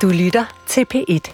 Du lytter til P1.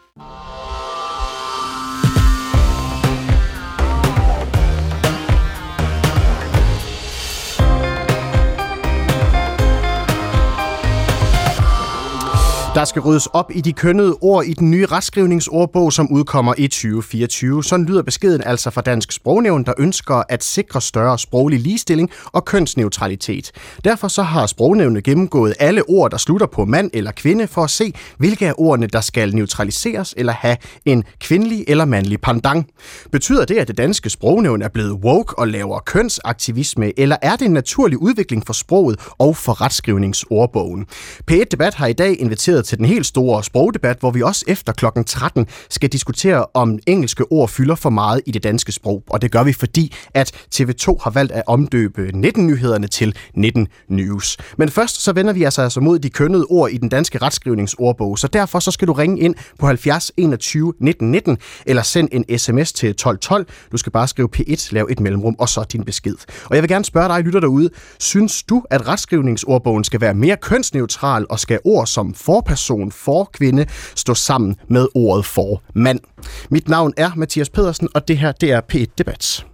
Der skal ryddes op i de kønnede ord i den nye retskrivningsordbog, som udkommer i 2024. Sådan lyder beskeden altså fra Dansk Sprognævn, der ønsker at sikre større sproglig ligestilling og kønsneutralitet. Derfor så har Sprognævnet gennemgået alle ord, der slutter på mand eller kvinde, for at se, hvilke af ordene, der skal neutraliseres eller have en kvindelig eller mandlig pendant. Betyder det, at det danske Sprognævn er blevet woke og laver kønsaktivisme, eller er det en naturlig udvikling for sproget og for retskrivningsordbogen? P1 Debat har i dag inviteret til den helt store sprogdebat, hvor vi også efter klokken 13 skal diskutere, om engelske ord fylder for meget i det danske sprog. Og det gør vi, fordi at TV2 har valgt at omdøbe 19-nyhederne til 19 News. Men først så vender vi altså mod de kønnede ord i den danske retskrivningsordbog. Så derfor så skal du ringe ind på 70 21 19 19 eller send en sms til 1212. Du skal bare skrive P1, lav et mellemrum og så din besked. Og jeg vil gerne spørge dig, lytter derude, synes du, at retskrivningsordbogen skal være mere kønsneutral, og skal ord som forperson, for kvinde stå sammen med ordet for mand? Mit navn er Mathias Pedersen, og det her, det er P1 Debat.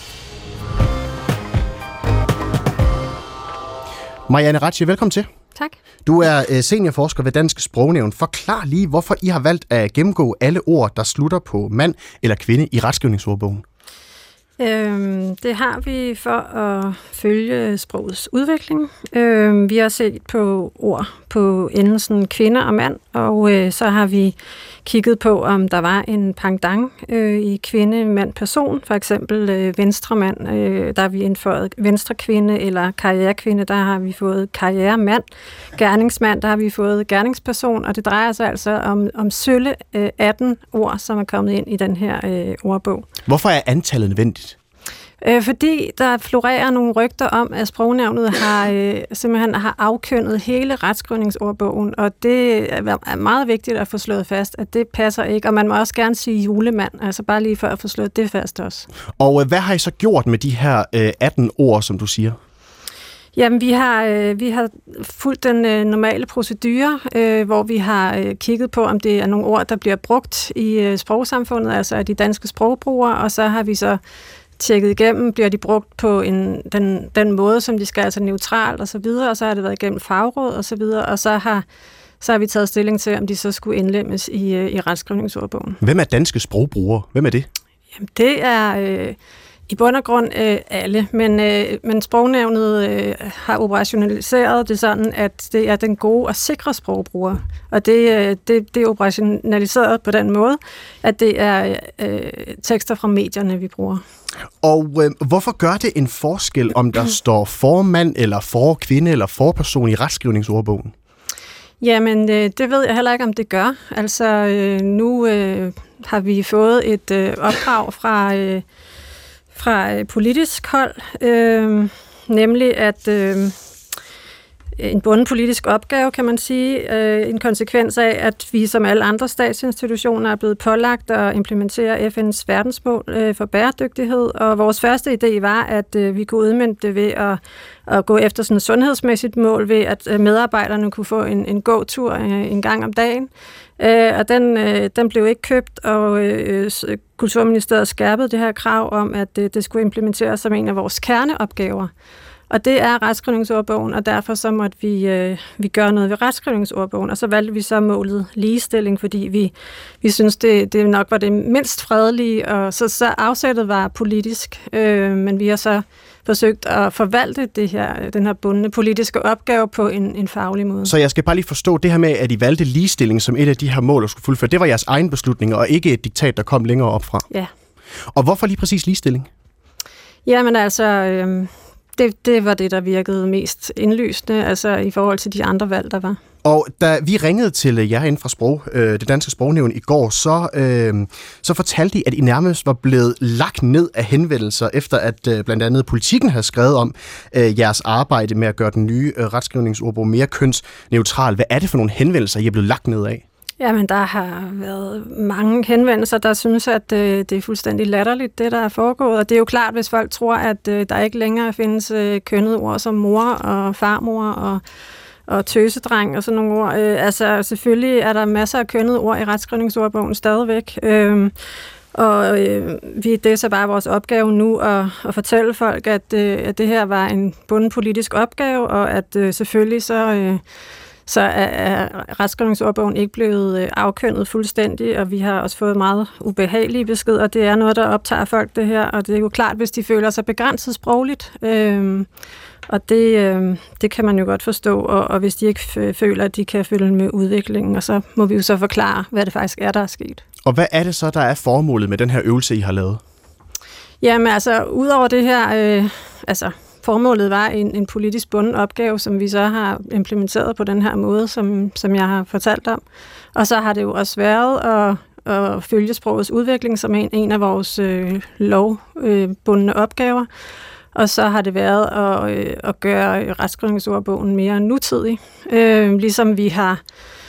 Marianne Ratche, velkommen til. Tak. Du er seniorforsker ved Dansk Sprognævn. Forklar lige, hvorfor I har valgt at gennemgå alle ord, der slutter på mand eller kvinde i retskrivningsordbogen. Det har vi for at følge sprogets udvikling. Vi har set på ord på endelsen kvinde og mand, og så har vi kigget på, om der var en pendant i kvinde, mand, person. For eksempel venstre mand, der har vi indført venstre kvinde, eller karrierekvinde, der har vi fået karrieremand. Gerningsmand, der har vi fået gerningsperson, og det drejer sig altså om sølle 18 ord, som er kommet ind i den her ordbog. Hvorfor er antallet nødvendigt? Fordi der florerer nogle rygter om, at Sprognævnet simpelthen har afkønnet hele retskrivningsordbogen, og det er meget vigtigt at få slået fast, at det passer ikke, og man må også gerne sige julemand, altså bare lige for at få slået det fast også. Og hvad har I så gjort med de her 18 ord, som du siger? Jamen, vi har fulgt den normale procedure, hvor vi har kigget på, om det er nogle ord, der bliver brugt i sprogsamfundet, altså af de danske sprogbrugere, og så har vi så tjekket igennem, bliver de brugt på den måde, som de skal, altså neutralt og så videre, og så har det været igennem fagråd og så videre, og så har vi taget stilling til, om de så skulle indlemmes i retskrivningsordbogen. Hvem er danske sprogbrugere? Hvem er det? Jamen, det er i bund og grund alle, men Sprognævnet har operationaliseret det sådan, at det er den gode og sikre sprogbruger. Og det er operationaliseret på den måde, at det er tekster fra medierne, vi bruger. Og hvorfor gør det en forskel, om der står formand, eller for kvinde, eller for person i retskrivningsordbogen? Jamen, det ved jeg heller ikke, om det gør. Altså, nu har vi fået et opdrag fra politisk hold, nemlig at en bunden politisk opgave, kan man sige, en konsekvens af, at vi som alle andre statsinstitutioner er blevet pålagt at implementere FN's verdensmål for bæredygtighed, og vores første idé var, at vi kunne udmønte det ved at gå efter sådan et sundhedsmæssigt mål, ved at medarbejderne kunne få en gåtur en gang om dagen. Og den blev ikke købt, og Kulturministeriet skærpede det her krav om, at det skulle implementeres som en af vores kerneopgaver. Og det er retskrivningsordbogen, og derfor så måtte vi gøre noget ved retskrivningsordbogen, og så valgte vi så målet ligestilling, fordi vi synes, det nok var det mindst fredelige, og så afsættet var politisk, men vi har så forsøgt at forvalte den her bundne politiske opgave på en faglig måde. Så jeg skal bare lige forstå det her med, at I valgte ligestilling som et af de her mål, der skulle fuldføre. Det var jeres egen beslutning, og ikke et diktat, der kom længere op fra. Ja. Og hvorfor lige præcis ligestilling? Jamen altså, det var det, der virkede mest indlysende, altså i forhold til de andre valg, der var. Og da vi ringede til jer inden fra det danske Sprognævn i går, så fortalte I, at I nærmest var blevet lagt ned af henvendelser, efter at blandt andet Politikken havde skrevet om jeres arbejde med at gøre den nye retskrivningsordbog mere kønsneutral. Hvad er det for nogle henvendelser, I er blevet lagt ned af? Jamen, der har været mange henvendelser, der synes, at det er fuldstændig latterligt, det der er foregået. Og det er jo klart, hvis folk tror, at der ikke længere findes kønnede ord som mor og farmor og tøsedreng og sådan nogle ord. Altså selvfølgelig er der masser af kønnede ord i retskrivningsordbogen stadigvæk. Det er så bare vores opgave nu at fortælle folk, at det her var en bunden politisk opgave, og at selvfølgelig så er retskrivningsordbogen ikke blevet afkønnet fuldstændig, og vi har også fået meget ubehagelige beskeder. Det er noget, der optager folk, det her, og det er jo klart, hvis de føler sig begrænset sprogligt. Og det kan man jo godt forstå, og hvis de ikke føler, at de kan følge med udviklingen, og så må vi jo så forklare, hvad det faktisk er, der er sket. Og hvad er det så, der er formålet med den her øvelse, I har lavet? Jamen altså, udover det her, formålet var en politisk bunden opgave, som vi så har implementeret på den her måde, som jeg har fortalt om. Og så har det jo også været at følge sprogets udvikling som en af vores lovbundne opgaver. Og så har det været at gøre retskrivningsordbogen mere nutidig. Ligesom vi har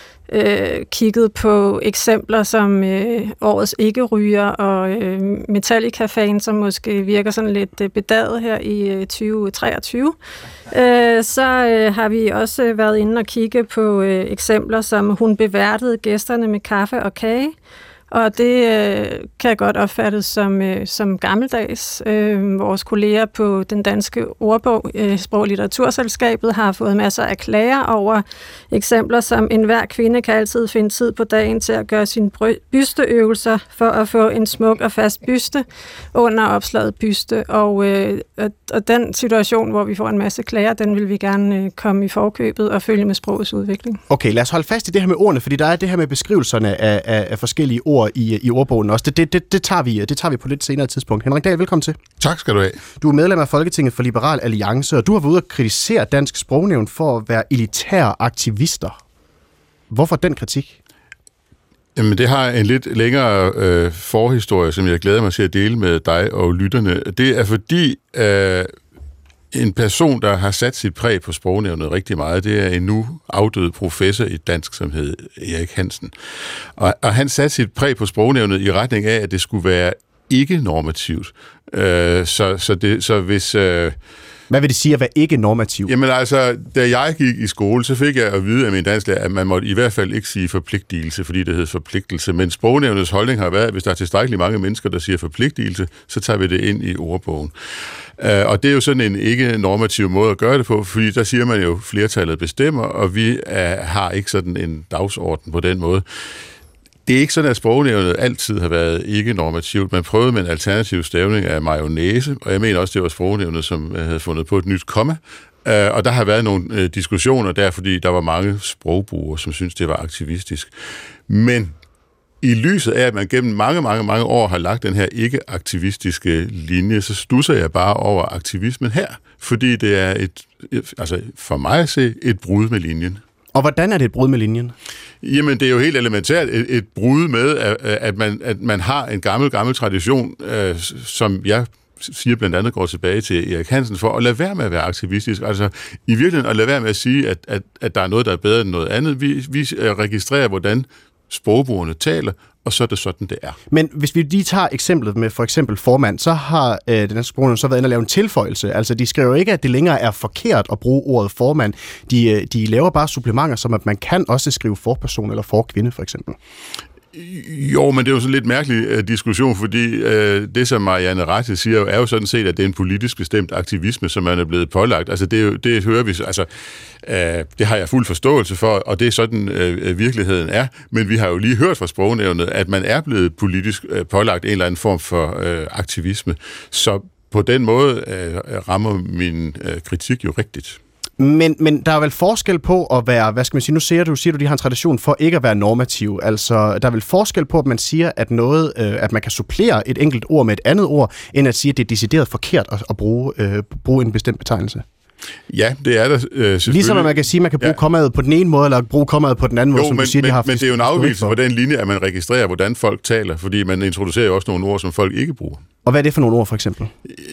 kigget på eksempler som årets ikke-ryger og Metallica-fan, som måske virker sådan lidt bedaget her i 2023. Så har vi også været inde og kigge på eksempler som hun beværtede gæsterne med kaffe og kage. Og det kan godt opfattes som gammeldags. Vores kolleger på den danske ordbog, Sprog- og Litteraturselskabet, har fået masser af klager over eksempler som enhver kvinde kan altid finde tid på dagen til at gøre sine bysteøvelser for at få en smuk og fast byste under opslaget byste. Og den situation, hvor vi får en masse klager, den vil vi gerne komme i forkøbet og følge med sprogets udvikling. Okay, lad os holde fast i det her med ordene, fordi der er det her med beskrivelserne af forskellige ord i ordbogen også. Det tager vi på lidt senere tidspunkt. Henrik Dahl, velkommen til. Tak skal du have. Du er medlem af Folketinget for Liberal Alliance, og du har været ude at kritisere Dansk Sprognævn for at være elitære aktivister. Hvorfor den kritik? Jamen, det har en lidt længere forhistorie, som jeg glæder mig til at dele med dig og lytterne. Det er fordi en person, der har sat sit præg på Sprognævnet rigtig meget, det er en nu afdød professor i dansk, som hed Erik Hansen. Og han satte sit præg på Sprognævnet i retning af, at det skulle være ikke-normativt. Så hvis... Hvad vil det sige at være ikke-normativ? Jamen altså, da jeg gik i skole, så fik jeg at vide af min dansklærer, at man måtte i hvert fald ikke sige forpligtelse, fordi det hed forpligtelse. Men Sprognævnets holdning har været, at hvis der er tilstrækkeligt mange mennesker, der siger forpligtelse, så tager vi det ind i ordbogen. Og det er jo sådan en ikke-normativ måde at gøre det på, fordi der siger man jo, flertallet bestemmer, og vi har ikke sådan en dagsorden på den måde. Det er ikke sådan, at Sprognævnet altid har været ikke-normativt. Man prøvede med en alternativ stavning af mayonnaise, og jeg mener også, det var Sprognævnet, som havde fundet på et nyt komma. Og der har været nogle diskussioner der, fordi der var mange sprogbrugere, som syntes, det var aktivistisk. Men i lyset af, at man gennem mange år har lagt den her ikke-aktivistiske linje, så stusser jeg bare over aktivismen her, fordi det er for mig at se et brud med linjen. Og hvordan er det et brud med linjen? Jamen, det er jo helt elementært et brud med, at man har en gammel tradition, som jeg siger blandt andet går tilbage til Erik Hansen, for at lade være med at være aktivistisk. Altså i virkeligheden at lade være med at sige, at der er noget, der er bedre end noget andet. Vi registrerer, hvordan sprogbrugerne taler, og så er det sådan, det er. Men hvis vi lige tager eksemplet med for eksempel formand, så har den her Sprognævn så været inde og lave en tilføjelse. Altså, de skriver ikke, at det længere er forkert at bruge ordet formand. De laver bare supplementer, som at man kan også skrive forperson eller forkvinde, for eksempel. Jo, men det er jo sådan en lidt mærkelig diskussion, fordi det, som Marianne Rette siger, er jo sådan set, at det er en politisk bestemt aktivisme, som man er blevet pålagt. Altså, det hører vi, altså, det har jeg fuld forståelse for, og det er sådan, virkeligheden er. Men vi har jo lige hørt fra Sprognævnet, at man er blevet politisk pålagt en eller anden form for aktivisme. Så på den måde rammer min kritik jo rigtigt. Men der er vel forskel på at være, hvad skal man sige, nu siger du, de har en tradition for ikke at være normativ. Altså, der er vel forskel på, at man siger, at noget, at man kan supplere et enkelt ord med et andet ord, end at sige, at det er decideret forkert at bruge en bestemt betegnelse. Ja, det er der selvfølgelig. Ligesom at man kan sige, at man kan bruge kommaet på den ene måde, eller bruge kommaet på den anden måde, som du siger, de har. Men det er jo en afvigelse på den linje, at man registrerer, hvordan folk taler, fordi man introducerer jo også nogle ord, som folk ikke bruger. Og hvad er det for nogle ord, for eksempel?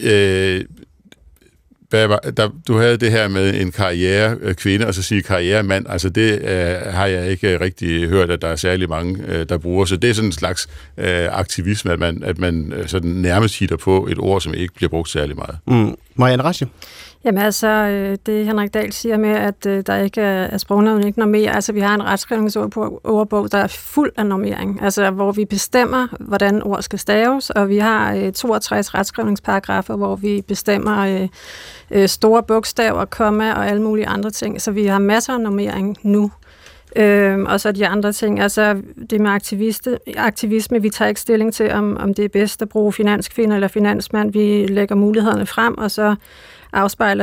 Du havde det her med en karrierekvinde, og så sige karrieremand. Altså det har jeg ikke rigtig hørt, at der er særlig mange, der bruger. Så det er sådan en slags aktivisme, at man sådan nærmest hitter på et ord, som ikke bliver brugt særlig meget. Marianne Rasche? Jamen altså, det Henrik Dahl siger med, at der ikke er sprognævnet ikke normerer. Altså, vi har en retskrivningsordbog, der er fuld af normering. Altså, hvor vi bestemmer, hvordan ord skal staves, og vi har 62 retskrivningsparagrafer, hvor vi bestemmer store bogstaver, komma og alle mulige andre ting. Så vi har masser af normering nu. Og så de andre ting, altså det med aktivisme, vi tager ikke stilling til, om det er bedst at bruge finanskvinde eller finansmand. Vi lægger mulighederne frem, og så afspejler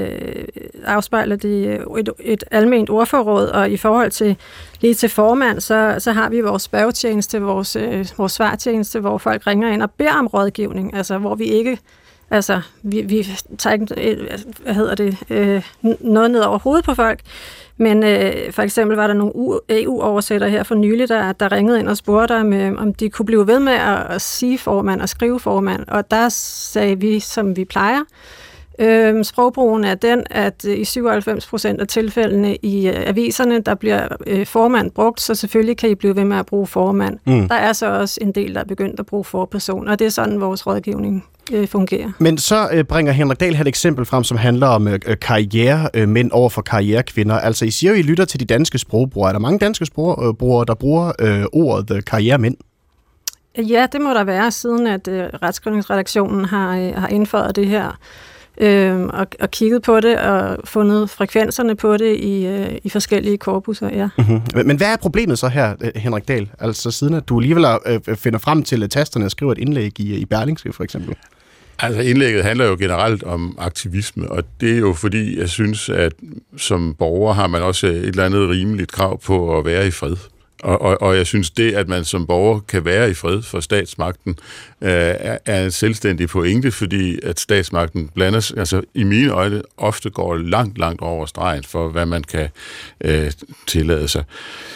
det et alment ordforråd, og i forhold til lige til formand, så har vi vores spørgetjeneste, vores svartjeneste, hvor folk ringer ind og beder om rådgivning, altså hvor vi ikke, altså vi tager ikke, noget ned over hovedet på folk, men for eksempel var der nogle EU-oversættere her for nylig, der ringede ind og spurgte om de kunne blive ved med at sige formand og skrive formand, og der sagde vi, som vi plejer, sprogbrugen er den, at i 97% af tilfældene i aviserne, der bliver formand brugt, så selvfølgelig kan I blive ved med at bruge formand. Der er så også en del, der er begyndt at bruge forperson, og det er sådan, vores rådgivning fungerer. Men så bringer Henrik Dahl et eksempel frem, som handler om karrieremænd over for karrierekvinder. Altså, I siger jo, I lytter til de danske sprogbrugere. Er der mange danske sprogbrugere, der bruger ordet karrieremænd? Ja, det må der være, siden at retskrivningsredaktionen har indført det her og kigget på det og fundet frekvenserne på det i forskellige korpusser, ja. Mm-hmm. Men hvad er problemet så her, Henrik Dahl? Altså siden at du alligevel finder frem til tasterne og skriver et indlæg i Berlingske for eksempel? Altså indlægget handler jo generelt om aktivisme, og det er jo fordi, jeg synes, at som borger har man også et eller andet rimeligt krav på at være i fred. Og jeg synes, det, at man som borger kan være i fred for statsmagten, er en selvstændig pointe, fordi at statsmagten altså i mine øjne ofte går langt over stregen for, hvad man kan tillade sig.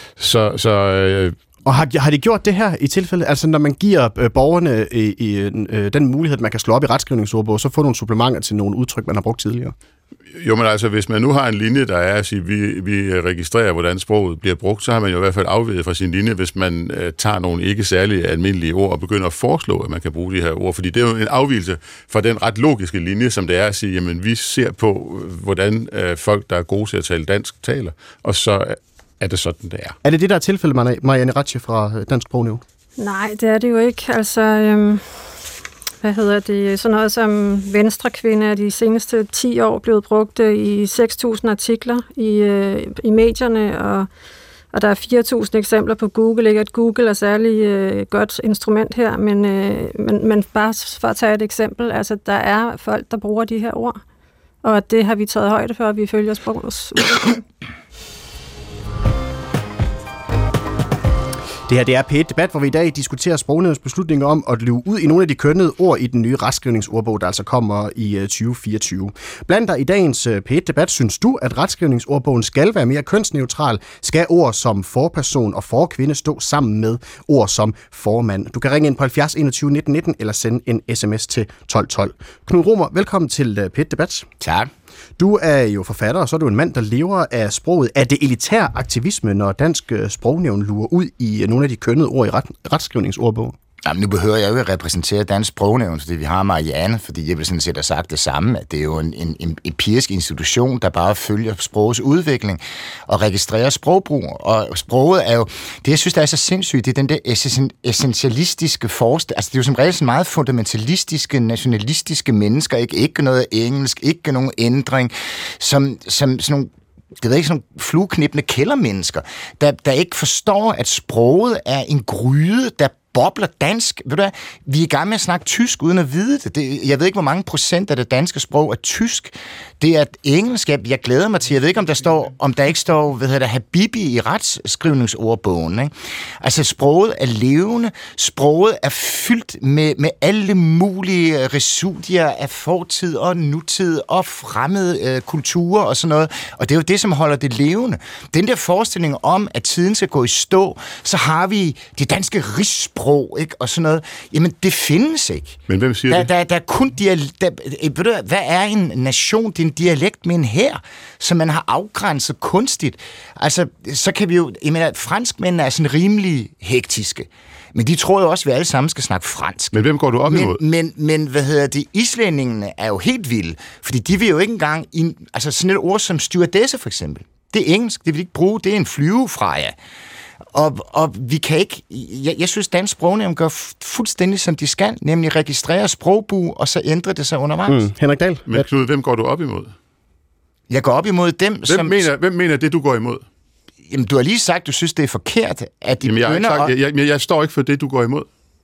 Og har de gjort det her i tilfælde? Altså når man giver borgerne den mulighed, at man kan slå op i retskrivningsordbog, så få nogle supplementer til nogle udtryk, man har brugt tidligere? Jo, men altså, hvis man nu har en linje, der er at sige, vi registrerer, hvordan sproget bliver brugt, så har man jo i hvert fald afveget fra sin linje, hvis man tager nogle ikke særlig almindelige ord og begynder at foreslå, at man kan bruge de her ord. Fordi det er jo en afvigelse fra den ret logiske linje, som det er at sige, jamen vi ser på, hvordan folk, der er gode til at tale dansk, taler, og så er det sådan, det er. Er det det, der er tilfældet, Marianne Ratche fra Dansk Sprognævn? Nej, det er det jo ikke. Altså, sådan noget som venstrekvinde er de seneste 10 år blevet brugt i 6.000 artikler i medierne, og der er 4.000 eksempler på Google. Ikke at Google er særlig godt instrument her, men bare for at tage et eksempel, altså der er folk, der bruger de her ord, og det har vi taget højde for, at vi følger sprogets udvikling. Det her det er P1 Debat, hvor vi i dag diskuterer Sprognævnets beslutninger om at løbe ud i nogle af de kønnede ord i den nye retskrivningsordbog, der altså kommer i 2024. Blandt dig i dagens P1 Debat, synes du, at retskrivningsordbogen skal være mere kønsneutral? Skal ord som forperson og forkvinde stå sammen med ord som formand? Du kan ringe ind på 70 21 19 19 eller sende en sms til 1212. Knud Romer, velkommen til P1 Debat. Tak. Du er jo forfatter, og så er du en mand, der lever af sproget. Er det elitær aktivisme, når Dansk Sprognævn lurer ud i nogle af de kønnede ord i retskrivningsordbogen? Jamen, nu behøver jeg jo ikke at repræsentere Dansk Sprognævn, fordi vi har Marianne, fordi jeg vil sådan set have sagt det samme, at det er jo en empirisk institution, der bare følger sprogets udvikling og registrerer sprogbrug. Og sproget er jo, det jeg synes, der er så sindssygt, det er den der essentialistiske forestilling. Altså, det er jo som regel sådan meget fundamentalistiske, nationalistiske mennesker, ikke noget engelsk, ikke nogen ændring, som sådan nogle, det ved ikke, sådan flueknippende kældermennesker, der ikke forstår, at sproget er en gryde, der bobler dansk. Ved du hvad? Vi er i gang med at snakke tysk uden at vide det. Jeg ved ikke, hvor mange procent af det danske sprog er tysk. Det er et engelsk, jeg glæder mig til. Jeg ved ikke, om der ikke står Habibi i retskrivningsordbogen. Ikke? Altså, sproget er levende. Sproget er fyldt med alle mulige resudier af fortid og nutid og fremmede kulturer og sådan noget. Og det er jo det, som holder det levende. Den der forestilling om, at tiden skal gå i stå, så har vi det danske rigssprog sprog, ikke? Og sådan noget. Jamen, det findes ikke. Men hvem siger det? Der er kun hvad er en nation? Det er en dialekt med en hær, som man har afgrænset kunstigt. Altså, så kan vi jo... Jeg mener, franskmændene er sådan rimelig hektiske. Men de tror jo også, at vi alle sammen skal snakke fransk. Men hvem går du op imod? Men islændingene er jo helt vilde, fordi de vil jo ikke engang... Altså sådan et ord som stewardesse, for eksempel. Det er engelsk, det vil de ikke bruge, det er en flyvefreja. Og vi kan ikke... Jeg synes, dansk sprognævn gør fuldstændig som de skal, nemlig registrere sprogbrug, og så ændrer det sig undervejs. Henrik Dahl? Men Knud, hvem går du op imod? Jeg går op imod dem, Hvem mener det, du går imod? Jamen, du har lige sagt, du synes, det er forkert, at de begynder jeg står ikke for det, du går imod.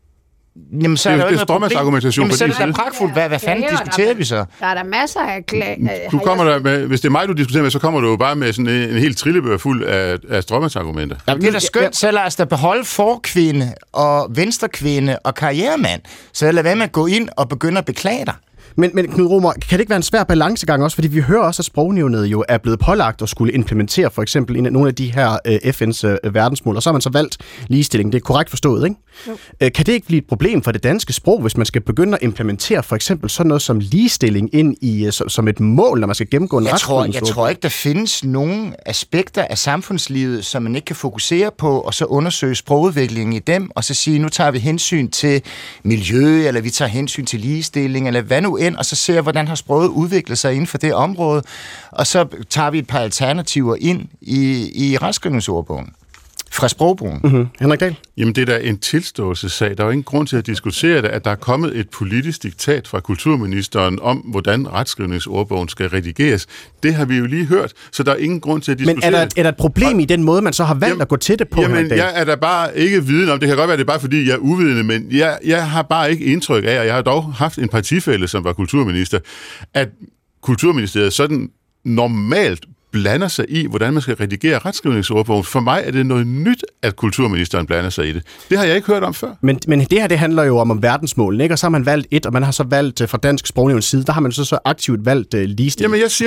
Jamen, så er der jo ikke noget problem. Jamen, så er det da pragtfuldt. Hvad fanden diskuterer vi så? Der er der masser af du kommer der med, hvis det er mig, du diskuterer med, så kommer du jo bare med sådan en helt trillebør fuld af stråmandsargumenter. Jamen, det er da skønt, så lad os da beholde forkvinde og venstrekvinde og karrieremand. Så lad være med at gå ind og begynde at beklage dig. Men Knud Romer, kan det ikke være en svær balancegang også? Fordi vi hører også, at Sprognævnet jo er blevet pålagt at skulle implementere for eksempel nogle af de her FN's verdensmål, og så har man så valgt ligestilling. Det er korrekt forstået, ikke? Jo. Kan det ikke blive et problem for det danske sprog, hvis man skal begynde at implementere for eksempel sådan noget som ligestilling ind i som et mål, når man skal gennemgå en retskrivningsordbog? Jeg tror ikke, der findes nogen aspekter af samfundslivet, som man ikke kan fokusere på, og så undersøge sprogudviklingen i dem, og så sige, nu tager vi hensyn til miljø, eller vi tager hensyn til ligestilling, eller hvad nu ind, og så ser, hvordan har sproget udviklet sig inden for det område, og så tager vi et par alternativer ind i retskrivningsordbogen fra sprogbrugen. Mm-hmm. Henrik Dahl? Jamen, det er da en tilståelsessag. Der er jo ingen grund til at diskutere det, at der er kommet et politisk diktat fra kulturministeren om, hvordan retskrivningsordbogen skal redigeres. Det har vi jo lige hørt, så der er ingen grund til at diskutere det. Men er der et problem i den måde, man så har valgt at gå til det på? Jamen, jeg er da bare ikke viden om det. Kan godt være, det er bare fordi, jeg er uvidende, men jeg har bare ikke indtryk af, og jeg har dog haft en partifælle, som var kulturminister, at Kulturministeriet sådan normalt blander sig i, hvordan man skal redigere retskrivningsordbogen. For mig er det noget nyt, at kulturministeren blander sig i det. Det har jeg ikke hørt om før. Men det her, det handler jo om verdensmålene, ikke? Og så har man valgt et, og man har så valgt fra Dansk Sprognævns side, der har man så aktivt valgt ligestilling. Jamen, jeg siger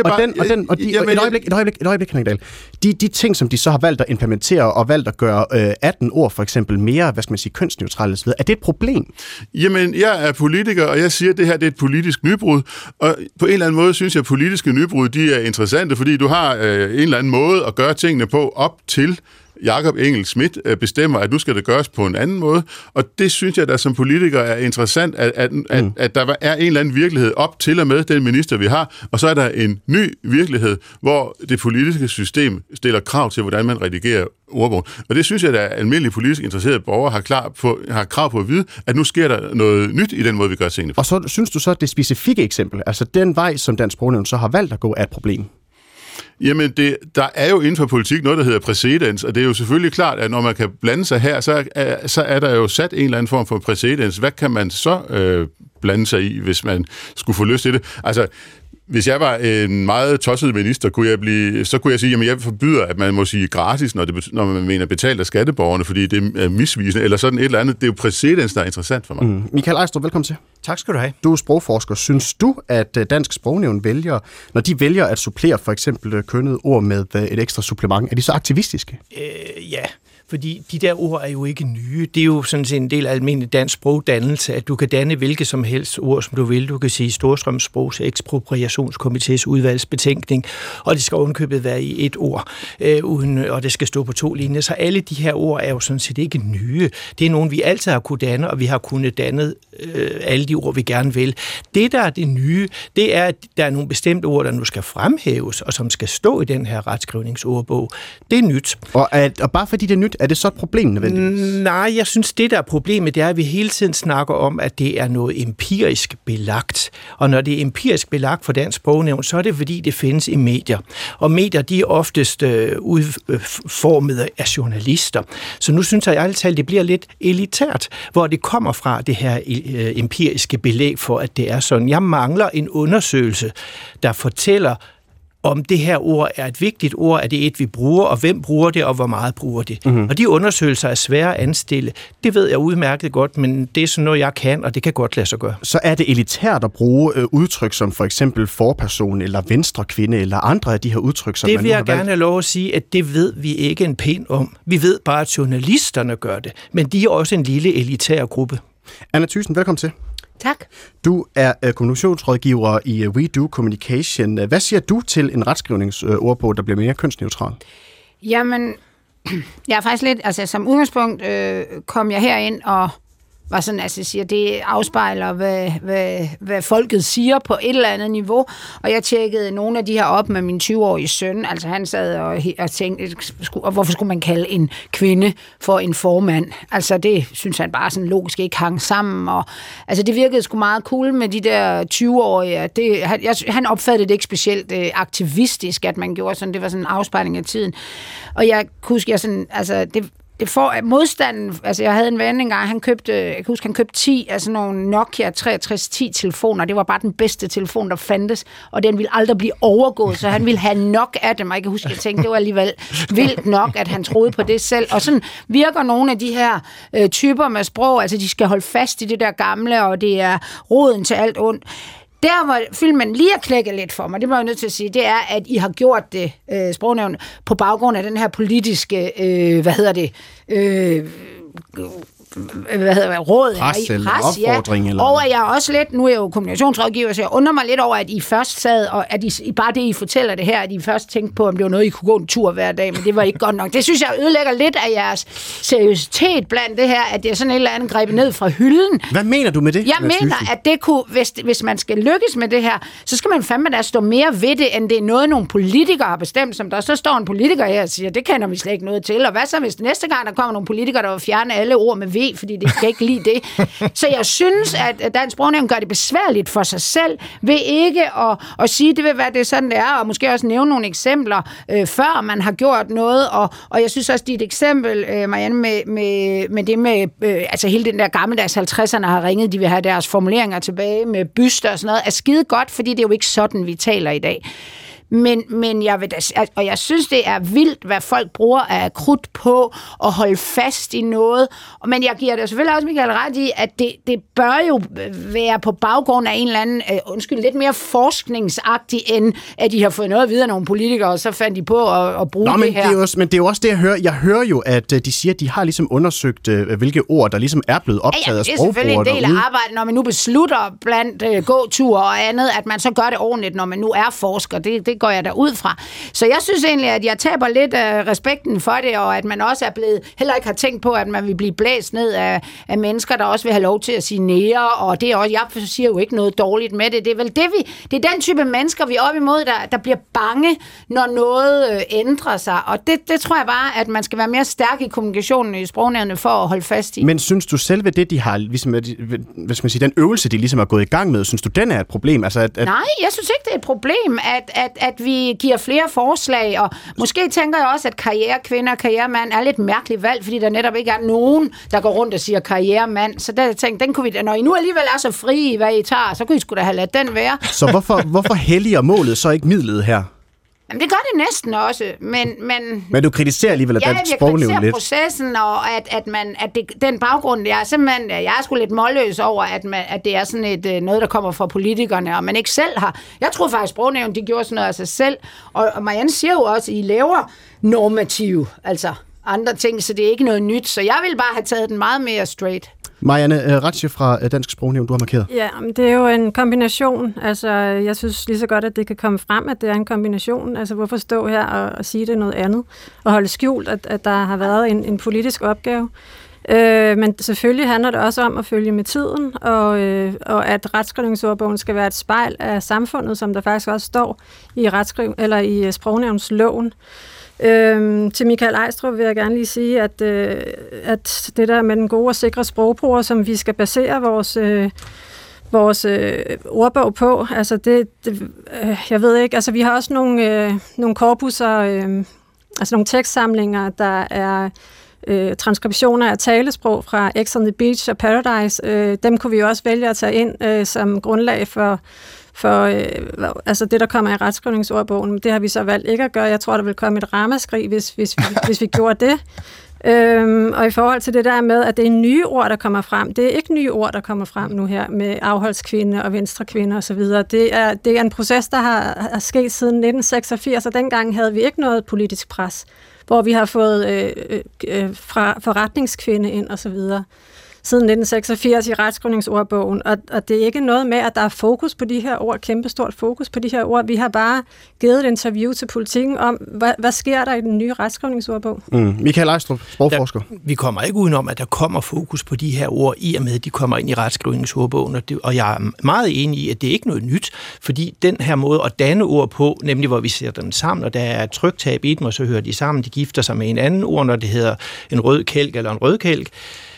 bare... Et øjeblik, Henrik Dahl. De ting, som de så har valgt at implementere, og valgt at gøre 18 ord for eksempel mere, hvad skal man sige, kønsneutrale osv., er det et problem? Jamen, jeg er politiker, og jeg siger, at det her det er et politisk nybrud, og på en eller anden måde synes jeg, at politiske nybrud, de er interessante, fordi du har en eller anden måde at gøre tingene på op til Jakob Engel Schmidt bestemmer, at nu skal det gøres på en anden måde, og det synes jeg, der som politiker er interessant, at der er en eller anden virkelighed op til og med den minister, vi har, og så er der en ny virkelighed, hvor det politiske system stiller krav til, hvordan man redigerer ordbogen. Og det synes jeg, at almindelige politisk interesserede borgere har krav på at vide, at nu sker der noget nyt i den måde, vi gør tingene på. Og så synes du så, at det specifikke eksempel, altså den vej, som Dansk Sprognævn så har valgt at gå, er et problem? Jamen, der er jo inden for politik noget, der hedder præcedens, og det er jo selvfølgelig klart, at når man kan blande sig her, så er der jo sat en eller anden form for præcedens. Hvad kan man så blande sig i, hvis man skulle få lyst til det? Altså, hvis jeg var en meget tosset minister, så kunne jeg sige, jamen jeg forbyder, at man må sige gratis, når man mener betalt af skatteborgerne, fordi det er misvisende, eller sådan et eller andet. Det er jo præcedens, der er interessant for mig. Michael Ejstrup, velkommen til. Tak skal du have. Du er sprogforsker. Synes du, at Dansk Sprognævn når de vælger at supplere for eksempel kønnede ord med et ekstra supplement, er de så aktivistiske? Ja. Fordi de der ord er jo ikke nye. Det er jo sådan set en del af almindelig dansk sprogdannelse, at du kan danne hvilket som helst ord, som du vil. Du kan sige Storstrømsbrogs ekspropriationskomités udvalgsbetænkning, og det skal ovenkøbet være i et ord, og det skal stå på 2 linjer. Så alle de her ord er jo sådan set ikke nye. Det er nogen, vi altid har kunnet danne, og vi har kunnet danne alle de ord, vi gerne vil. Det, der er det nye, det er, at der er nogle bestemte ord, der nu skal fremhæves, og som skal stå i den her retskrivningsordbog. Det er nyt. Og bare fordi det er nyt, er det så et problem nødvendigvis? Nej, jeg synes, det der er problemet, det er, at vi hele tiden snakker om, at det er noget empirisk belagt. Og når det er empirisk belagt for Dansk Sprognævn, så er det, fordi det findes i medier. Og medier, de er oftest udformet af journalister. Så nu synes jeg ærligt talt, det bliver lidt elitært, hvor det kommer fra, det her empiriske belæg for, at det er sådan. Jeg mangler en undersøgelse, der fortæller om det her ord er et vigtigt ord, er det et, vi bruger, og hvem bruger det, og hvor meget bruger det. Mm-hmm. Og de undersøgelser er svære at anstille. Det ved jeg udmærket godt, men det er sådan noget, jeg kan, og det kan godt lade sig gøre. Så er det elitært at bruge udtryk som for eksempel forperson, eller venstrekvinde, eller andre af de her udtryk, som det man vil nu jeg har valgt? gerne have lov at sige, at det ved vi ikke en pæn om. Vi ved bare, at journalisterne gør det, men de er også en lille elitær gruppe. Anna Thyssen, velkommen til. Tak. Du er kommunikationsrådgiver i We Do Communication. Hvad siger du til en retskrivningsordbog, der bliver mere kønsneutral? Jamen, jeg er faktisk lidt, altså som udgangspunkt kom jeg herind og var sådan, altså siger, det afspejler, hvad folket siger på et eller andet niveau, og jeg tjekkede nogle af de her op med min 20-årige søn, altså han sad og tænkte, hvorfor skulle man kalde en kvinde for en formand? Altså det synes han bare sådan logisk ikke hang sammen, og altså det virkede sgu meget cool med de der 20-årige, han opfattede det ikke specielt aktivistisk, at man gjorde sådan, det var sådan en afspejling af tiden, og jeg kunne huske, jeg sådan, altså det får modstanden, altså jeg havde en ven engang, han købte 10 af sådan nogle Nokia 6310 telefoner, det var bare den bedste telefon, der fandtes, og den ville aldrig blive overgået, så han ville have nok af dem, og jeg kan huske, jeg tænkte, det var alligevel vildt nok, at han troede på det selv, og sådan virker nogle af de her typer med sprog, altså de skal holde fast i det der gamle, og det er roden til alt ondt. Der, hvor filmen lige er klækket lidt for mig, det var jeg nødt til at sige, det er, at I har gjort det, Sprognævnet, på baggrund af den her politiske, råd pres eller opfordring, eller og jeg også lidt, nu er jeg jo kommunikationsrådgiver, så jeg undrer mig lidt over, at I først sad, og at I bare det, I fortæller det her, at I først tænkte på, om det var noget, I kunne gå en tur hver dag, men det var ikke godt nok. Det synes jeg ødelægger lidt af jeres seriøsitet blandt det her, at det er sådan et eller andet grebet ned fra hylden. Hvad mener du med det? Jeg mener, at det kunne, hvis man skal lykkes med det her, så skal man fandme da stå mere ved det, end det er noget, nogle politikere har bestemt, som der så står en politiker her og siger, det kender vi slet ikke noget til, og hvad så, hvis næste gang der kommer nogle politikere, der vil fjerne alle ord med V, fordi det skal ikke lide det. Så jeg synes, at Dansk Sprognævn gør det besværligt for sig selv, ved ikke at sige, det vil være det sådan, det er, og måske også nævne nogle eksempler, før man har gjort noget, og jeg synes også, dit eksempel, Marianne, med det med, altså hele den der gammeldags 50'erne har ringet, de vil have deres formuleringer tilbage med byster og sådan noget, er skide godt, fordi det er jo ikke sådan, vi taler i dag. Men jeg synes, det er vildt, hvad folk bruger af krudt på at holde fast i noget. Men jeg giver det selvfølgelig også Michael ret i, at det bør jo være på baggrund af en eller anden, lidt mere forskningsagtig, end at de har fået noget at vide af nogle politikere, og så fandt de på at bruge det her. Men det er jo også det, jeg hører. Jeg hører jo, at de siger, at de har ligesom undersøgt, hvilke ord, der ligesom er blevet optaget af sprogbrugere. Det er selvfølgelig en del af arbejdet, når man nu beslutter blandt gåture og andet, at man så gør det ordentligt, når man nu er forsker. Det går jeg derud fra. Så jeg synes egentlig, at jeg taber lidt af respekten for det, og at man også er blevet, heller ikke har tænkt på, at man vil blive blæst ned af mennesker, der også vil have lov til at sige nære, og det er også, jeg siger jo ikke noget dårligt med det. Det er vel det er den type mennesker, vi er op imod, der bliver bange, når noget ændrer sig, og det tror jeg bare, at man skal være mere stærk i kommunikationen i Sprognævnet for at holde fast i. Men synes du selve det, de har, ligesom, hvis man siger, den øvelse, de ligesom er gået i gang med, synes du, den er et problem? Altså, Nej, jeg synes ikke, det er et problem, at vi giver flere forslag, og måske tænker jeg også, at karrierekvinder og karrieremand er lidt mærkeligt valgt, fordi der netop ikke er nogen, der går rundt og siger karrieremand. Så der tænkte, den kunne vi, når I nu alligevel er så frie i, hvad I tager, så kunne I sgu da have ladet den være. Så hvorfor helliger målet så ikke midlet her? Jamen, det gør det næsten også, men du kritiserer alligevel Dansk Sprognævn lidt. Ja, jeg kritiserer processen, og den baggrund, jeg er sgu lidt målløs over, at det er sådan noget, der kommer fra politikerne, og man ikke selv har. Jeg tror faktisk, Sprognævn, de gjorde sådan noget af sig selv, og Marianne siger jo også, at I laver normative, altså andre ting, så det er ikke noget nyt, så jeg vil bare have taget den meget mere straight. Marianne Ratche fra Dansk Sprognævn, du har markeret. Ja, det er jo en kombination. Altså, jeg synes lige så godt, at det kan komme frem, at det er en kombination. Altså, hvorfor stå her og sige det noget andet? Og holde skjult, at der har været en politisk opgave. Men selvfølgelig handler det også om at følge med tiden, og at retskrivningsordbogen skal være et spejl af samfundet, som der faktisk også står i Sprognævnsloven. Til Michael Ejstrup vil jeg gerne lige sige, at det der med den gode og sikre sprogbrug, som vi skal basere vores ordbog på, altså jeg ved ikke, altså vi har også nogle korpusser, altså nogle tekstsamlinger, der er transkriptioner af talesprog fra Ex on the Beach og Paradise. Dem kunne vi også vælge at tage ind som grundlag for altså det, der kommer i retskrivningsordbogen. Det har vi så valgt ikke at gøre. Jeg tror, der vil komme et ramaskrig, hvis vi gjorde det. Og i forhold til det der med, at det er nye ord, der kommer frem. Det er ikke nye ord, der kommer frem nu her med afholdskvinde og venstrekvinde osv. Det er en proces, der har sket siden 1986, og dengang havde vi ikke noget politisk pres, hvor vi har fået forretningskvinde ind osv. siden 1986 i retskrivningsordbogen, og det er ikke noget med, at der er fokus på de her ord, kæmpestort fokus på de her ord. Vi har bare givet et interview til Politikken om, hvad sker der i den nye retskrivningsordbog? Michael Ejstrup, sprogforsker. Vi kommer ikke udenom, at der kommer fokus på de her ord, i og med, at de kommer ind i retskrivningsordbogen, og jeg er meget enig i, at det er ikke noget nyt, fordi den her måde at danne ord på, nemlig hvor vi sætter dem sammen, og der er et tryktab i dem, og så hører de sammen, de gifter sig med en anden ord, når det hedder en rød kælk eller en rød kælk.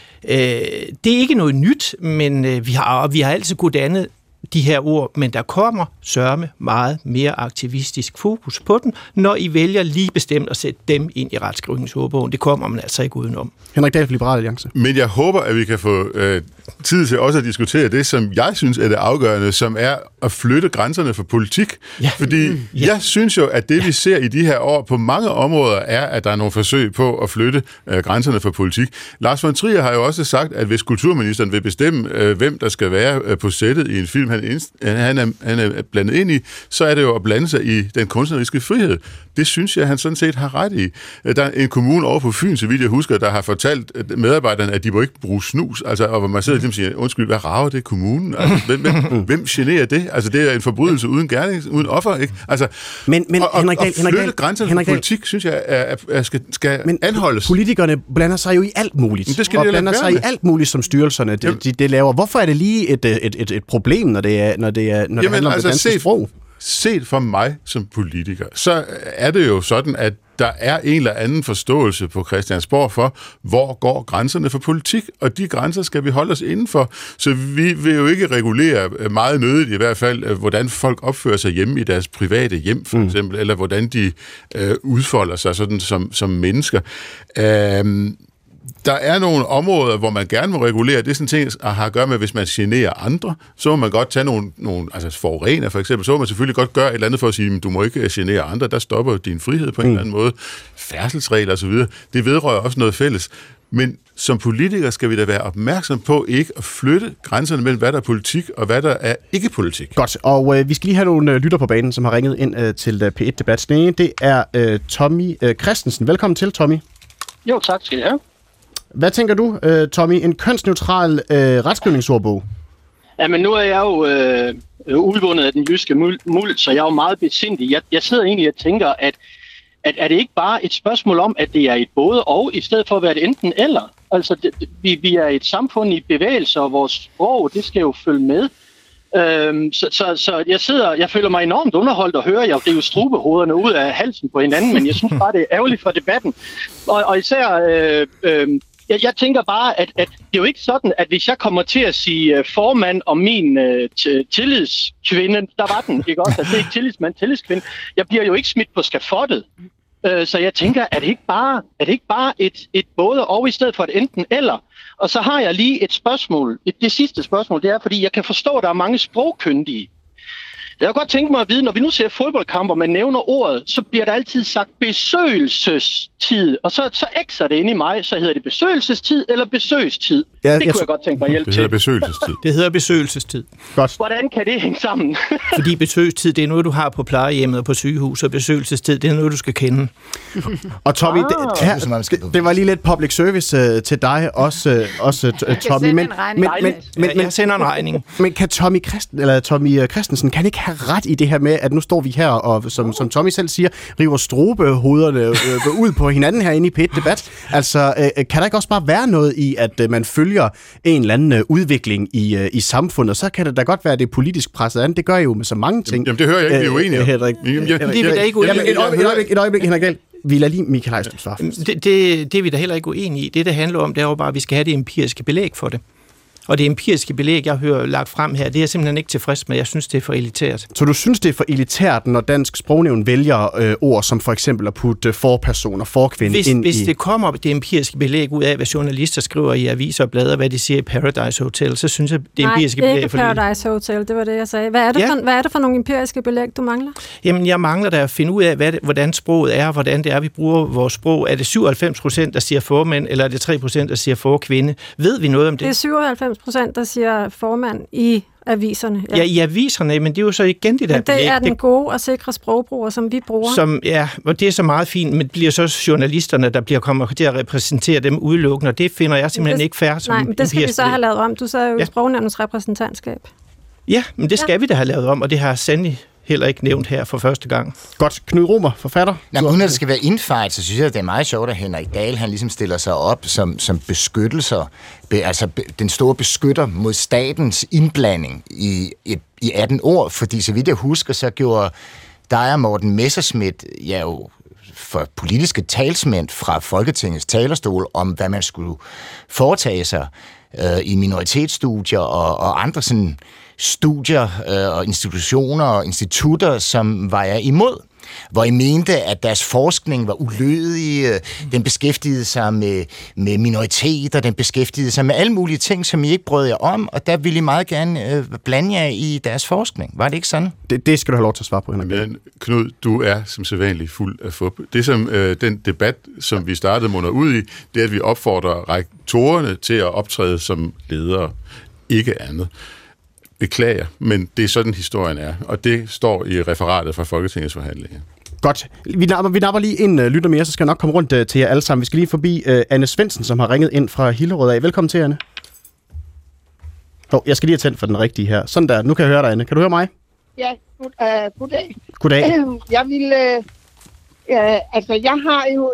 Det er ikke noget nyt, men vi har altid kunnet danne de her ord, men der kommer sørme meget mere aktivistisk fokus på dem, når I vælger lige bestemt at sætte dem ind i retskrivningsordbogen. Det kommer man altså ikke udenom. Henrik Dahl fra Liberal Alliance. Men jeg håber, at vi kan få tid til også at diskutere det, som jeg synes er det afgørende, som er at flytte grænserne for politik. Ja. Fordi jeg synes jo, at det vi ser i de her år på mange områder er, at der er nogle forsøg på at flytte grænserne for politik. Lars von Trier har jo også sagt, at hvis kulturministeren vil bestemme, hvem der skal være på sættet i en film, han er blandet ind i, så er det jo at blande sig i den kunstneriske frihed. Det synes jeg, han sådan set har ret i. Der er en kommune over på Fyn, så vidt jeg husker, der har fortalt medarbejderne, at de må ikke bruge snus. Altså, og hvor man sidder og siger, undskyld, hvad rager det kommunen? Altså, hvem generer det? Altså, det er en forbrydelse uden gerning, uden offer, ikke? Altså, men Henrik Dahl, flytte grænserne for politik, synes jeg, skal anholdes. Politikerne blander sig jo i alt muligt. Det skal og blander sig i alt muligt, som styrelserne det laver. Hvorfor er det lige et problem, når det handler om det danske sprog? Set for mig som politiker, så er det jo sådan, at der er en eller anden forståelse på Christiansborg for, hvor går grænserne for politik, og de grænser skal vi holde os indenfor. Så vi vil jo ikke regulere meget nødigt, i hvert fald, hvordan folk opfører sig hjemme i deres private hjem, for eksempel, eller hvordan de udfolder sig sådan som mennesker. Der er nogle områder, hvor man gerne må regulere. Det er sådan ting, at har at gøre med, hvis man generer andre, så må man godt tage nogle altså forurener for eksempel, så må man selvfølgelig godt gøre et eller andet for at sige, at du må ikke genere andre, der stopper din frihed på en eller anden måde. Færdselsregler osv., det vedrører også noget fælles. Men som politikere skal vi da være opmærksom på ikke at flytte grænserne mellem, hvad der er politik og hvad der er ikke politik. Godt, og vi skal lige have nogle lytter på banen, som har ringet ind til P1-debat. Det er Tommy Christensen. Velkommen til, Tommy. Jo, tak skal I have. Hvad tænker du, Tommy? En kønsneutral retskrivningsordbog? Jamen, nu er jeg jo udvundet af den jyske muld, så jeg er jo meget besindig. Jeg sidder egentlig og tænker, at er det ikke bare et spørgsmål om, at det er et både og, i stedet for at være et enten eller? Altså, vi er et samfund i bevægelse, og vores sprog, det skal jo følge med. Så jeg føler mig enormt underholdt og hører jeg rive strubehovederne ud af halsen på hinanden, men jeg synes bare, det er ærgerligt for debatten. Og især... Jeg tænker bare, at det er jo ikke sådan, at hvis jeg kommer til at sige formand og min tillidskvinde, der var den, ikke også? Altså, det er ikke tillidsmand, tillidskvinde. Jeg bliver jo ikke smidt på skafottet. Så jeg tænker, er det ikke bare et både og i stedet for et enten eller? Og så har jeg lige et spørgsmål. Det sidste spørgsmål, det er, fordi jeg kan forstå, at der er mange sprogkyndige. Jeg har godt tænkt mig at vide, når vi nu ser fodboldkamper, man nævner ordet, så bliver der altid sagt besøgelsestid. Og så ekser det inde i mig, så hedder det besøgelsestid eller besøgstid. Ja, det kunne jeg godt tænke mig hjælp til. Det hedder besøgelsestid. Det hedder besøgelsestid. Godt. Hvordan kan det hænge sammen? Fordi besøgstid, det er noget, du har på plejehjemmet og på sygehus, og besøgelsestid, det er noget, du skal kende. Og Tommy, det var lige lidt public service til dig også Tommy. Men jeg sender en regning. Men kan Tommy Christensen kan ikke have ret i det her med, at nu står vi her og, som Tommy selv siger, river strubehovederne ud på hinanden herinde i P1-debat. Altså, kan der ikke også bare være noget i, at man følger en eller anden udvikling i samfundet, så kan det da godt være, at det er politisk presset an. Det gør jo med så mange ting. Jamen, det hører jeg ikke, vi er uenige. Et øjeblik, Henrik Dahl. Vi lader lige Michael Ejstrup svare. Det er vi da heller ikke uenige i. Det handler om, det er jo bare, at vi skal have det empiriske belæg for det. Og det empiriske belæg, jeg hører lagt frem her, det er jeg simpelthen ikke tilfreds med. Jeg synes, det er for elitært. Så du synes, det er for elitært, når Dansk Sprognævn vælger ord som for eksempel at putte forperson og forkvinde ind Hvis det kommer det empiriske belæg ud af, hvad journalister skriver i aviser og blader, hvad de siger i Paradise Hotel, så synes jeg, det empiriske belæg... Nej, ikke Paradise Hotel, det var det, jeg sagde. Hvad er det for nogle empiriske belæg, du mangler? Jamen, jeg mangler da at finde ud af, hvordan sproget er, hvordan det er, vi bruger vores sprog. Er det 97%, der siger formand, eller er det 3%, der siger forkvinde? Ved vi noget om det? Det er 97%, der siger formand i aviserne. Ja, i aviserne, men det er jo så igen det der men det belæg. Er den gode og sikre sprogbruger, som vi bruger. Og det er så meget fint, men bliver så journalisterne, der kommer til at repræsentere dem udelukkende, og det finder jeg simpelthen ikke fair som. Nej, men det skal vi så have lavet om. Du sagde jo i Sprognævnens repræsentantskab. Ja, men det skal vi da have lavet om, og det har Sandy heller ikke nævnt her for første gang. Godt. Knud Romer, forfatter. Nå, uden at det skal være indfejt, så synes jeg, at det er meget sjovt, at Henrik Dahl, han ligesom stiller sig op som beskyttelser, altså den store beskytter mod statens indblanding i 18 år, fordi så vidt jeg husker, så gjorde dig og Morten Messerschmidt jo for politiske talsmænd fra Folketingets talerstol om, hvad man skulle foretage sig i minoritetsstudier og andre sådan studier og institutioner og institutter, som var jeg imod. Hvor I mente, at deres forskning var ulødig, den beskæftigede sig med minoriteter, den beskæftigede sig med alle mulige ting, som I ikke brød jer om, og der ville I meget gerne blande jer i deres forskning. Var det ikke sådan? Det skal du have lov til at svare på, Henrik. Men Knud, du er som sædvanligt fuld af fup. Det som den debat, som vi startede munder ud i, det er, at vi opfordrer rektorerne til at optræde som ledere. Ikke andet. Beklager, men det er sådan historien er, og det står i referatet fra Folketingets forhandlinger. Godt. Vi napper lige en lytter mere, så skal jeg nok komme rundt til jer alle sammen. Vi skal lige forbi Anne Svendsen, som har ringet ind fra Hillerød af. Velkommen til, Anne. Jeg skal lige have tændt for den rigtige her. Sådan der. Nu kan jeg høre dig, Anne. Kan du høre mig? Ja, goddag. Goddag. Jeg vil... jeg har jo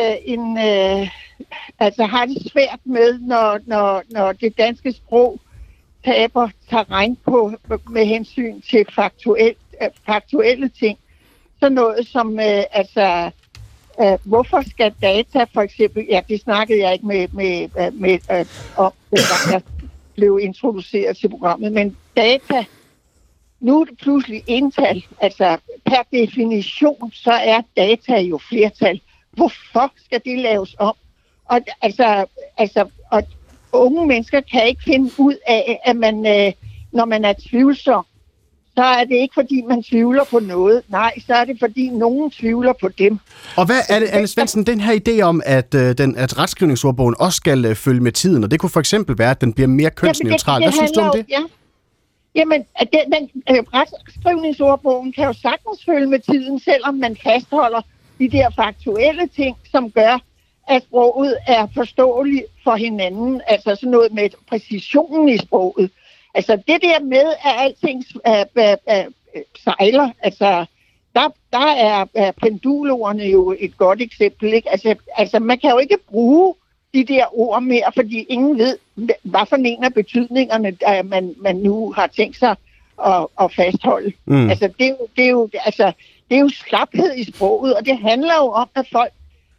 har det svært med, når det danske sprog taber terræn på med hensyn til faktuelle ting. Så noget som, hvorfor skal data for eksempel, det snakkede jeg ikke om, da jeg blev introduceret til programmet, men data, nu er det pludselig ental, altså per definition, så er data jo flertal. Hvorfor skal det laves om? Og og unge mennesker kan ikke finde ud af, at man, når man er tvivlsom, så er det ikke, fordi man tvivler på noget. Nej, så er det, fordi nogen tvivler på dem. Og hvad er det, Anne Svendsen, den her idé om, at retskrivningsordbogen også skal følge med tiden, og det kunne for eksempel være, at den bliver mere kønsneutral. Hvad synes du om det? Ja. Jamen, retskrivningsordbogen kan jo sagtens følge med tiden, selvom man fastholder de der faktuelle ting, som gør, at sproget er forståeligt for hinanden. Altså sådan noget med præcisionen i sproget. Altså det der med, at alting sejler, altså der er pendulordene jo et godt eksempel, ikke? Altså man kan jo ikke bruge de der ord mere, fordi ingen ved, hvad for en af betydningerne, man nu har tænkt sig at fastholde. Altså det er jo slaphed i sproget, og det handler jo om, at folk,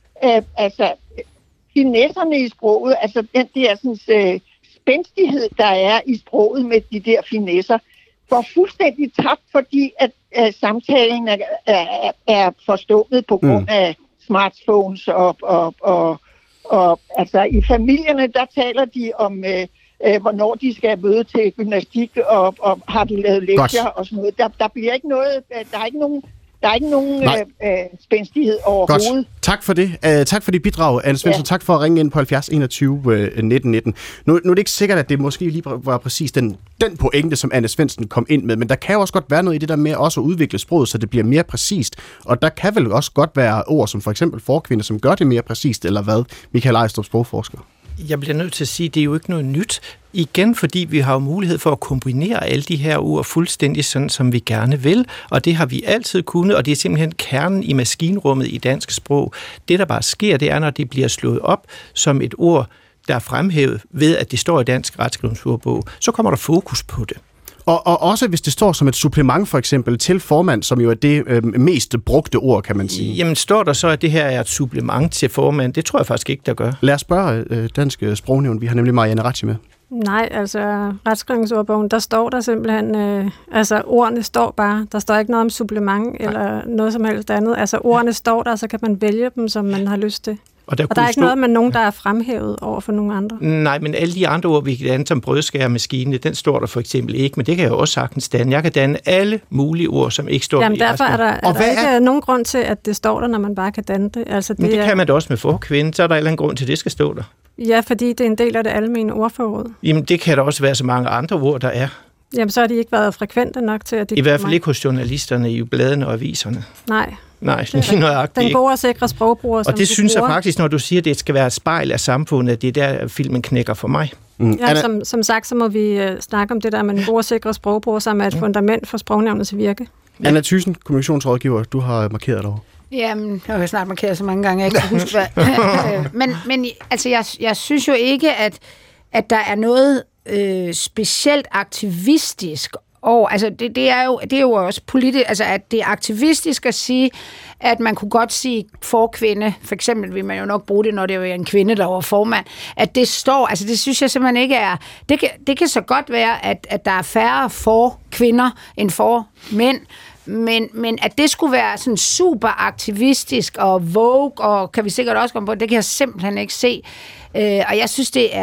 finesserne i sproget, altså den der sådan, spændstighed, der er i sproget med de der finesser, går fuldstændig tabt, fordi at samtalen er forstummet på grund af smartphones og altså i familierne, der taler de om hvornår de skal møde til gymnastik og har du lavet lektier og sådan noget. Der bliver ikke noget, der er ikke nogen spændstighed overhovedet. Godt. Tak for det. Tak for dit bidrag, Anne Svendsen. Ja. Tak for at ringe ind på 70 21 19 19. Nu er det ikke sikkert, at det måske lige var præcis den pointe, som Anne Svendsen kom ind med, men der kan jo også godt være noget i det der med også at udvikle sproget, så det bliver mere præcist. Og der kan vel også godt være ord som for eksempel forkvinde, som gør det mere præcist, eller hvad? Michael Ejstrup, sprogforsker. Jeg bliver nødt til at sige, at det er jo ikke noget nyt. Igen, fordi vi har jo mulighed for at kombinere alle de her ord fuldstændig sådan, som vi gerne vil, og det har vi altid kunnet, og det er simpelthen kernen i maskinrummet i dansk sprog. Det, der bare sker, det er, når det bliver slået op som et ord, der er fremhævet ved, at det står i dansk retskrivningsordbog, så kommer der fokus på det. Og også hvis det står som et supplement for eksempel til formand, som jo er det mest brugte ord, kan man sige. Jamen står der så, at det her er et supplement til formand? Det tror jeg faktisk ikke, der gør. Lad os spørge Dansk Sprognævn. Vi har nemlig Marianne Ratje med. Nej, altså retskrivningsordbogen, der står der simpelthen, ordene står bare. Der står ikke noget om supplement eller noget som helst andet. Altså ordene står der, så kan man vælge dem, som man har lyst til. Og der er ikke noget med nogen, der er fremhævet over for nogen andre. Nej, men alle de andre ord, vi kan danne som brødskæremaskine, den står der for eksempel ikke, men det kan jeg også sagtens danne. Jeg kan danne alle mulige ord, som ikke står i derfor er der ikke nogen grund til, at det står der, når man bare kan danne det. Altså, men det kan man da også med forkvinde, så er der en eller anden grund til, at det skal stå der. Ja, fordi det er en del af det almene ordforråd. Jamen, det kan der også være så mange andre ord, der er. Jamen, så har de ikke været frekvente nok til, at det i hvert fald ikke hos journalisterne i bladene og aviserne. Nej, det er nøjagtigt. Den gode og sikre sprogbruger, og det synes jeg faktisk, når du siger, at det skal være et spejl af samfundet, det er der, filmen knækker for mig. Ja, som sagt, så må vi snakke om det der med den gode og sikre sprogbruger, som er et fundament for Sprognævnets virke. Anna Thyssen, kommunikationsrådgiver, du har markeret derovre. Jamen, jeg har snart markeret så mange gange, jeg ikke kan huske, hvad. Men altså, jeg synes jo ikke, at der er noget specielt aktivistisk over. Altså, det er jo også politisk, altså, at det er aktivistisk at sige, at man kunne godt sige forkvinde, for eksempel vil man jo nok bruge det, når det er en kvinde, der var formand, at det står, altså det synes jeg simpelthen ikke er, det kan så godt være, at der er færre for kvinder end for mænd, men at det skulle være sådan super aktivistisk og vogue, og kan vi sikkert også komme på, det kan jeg simpelthen ikke se. Og jeg synes, det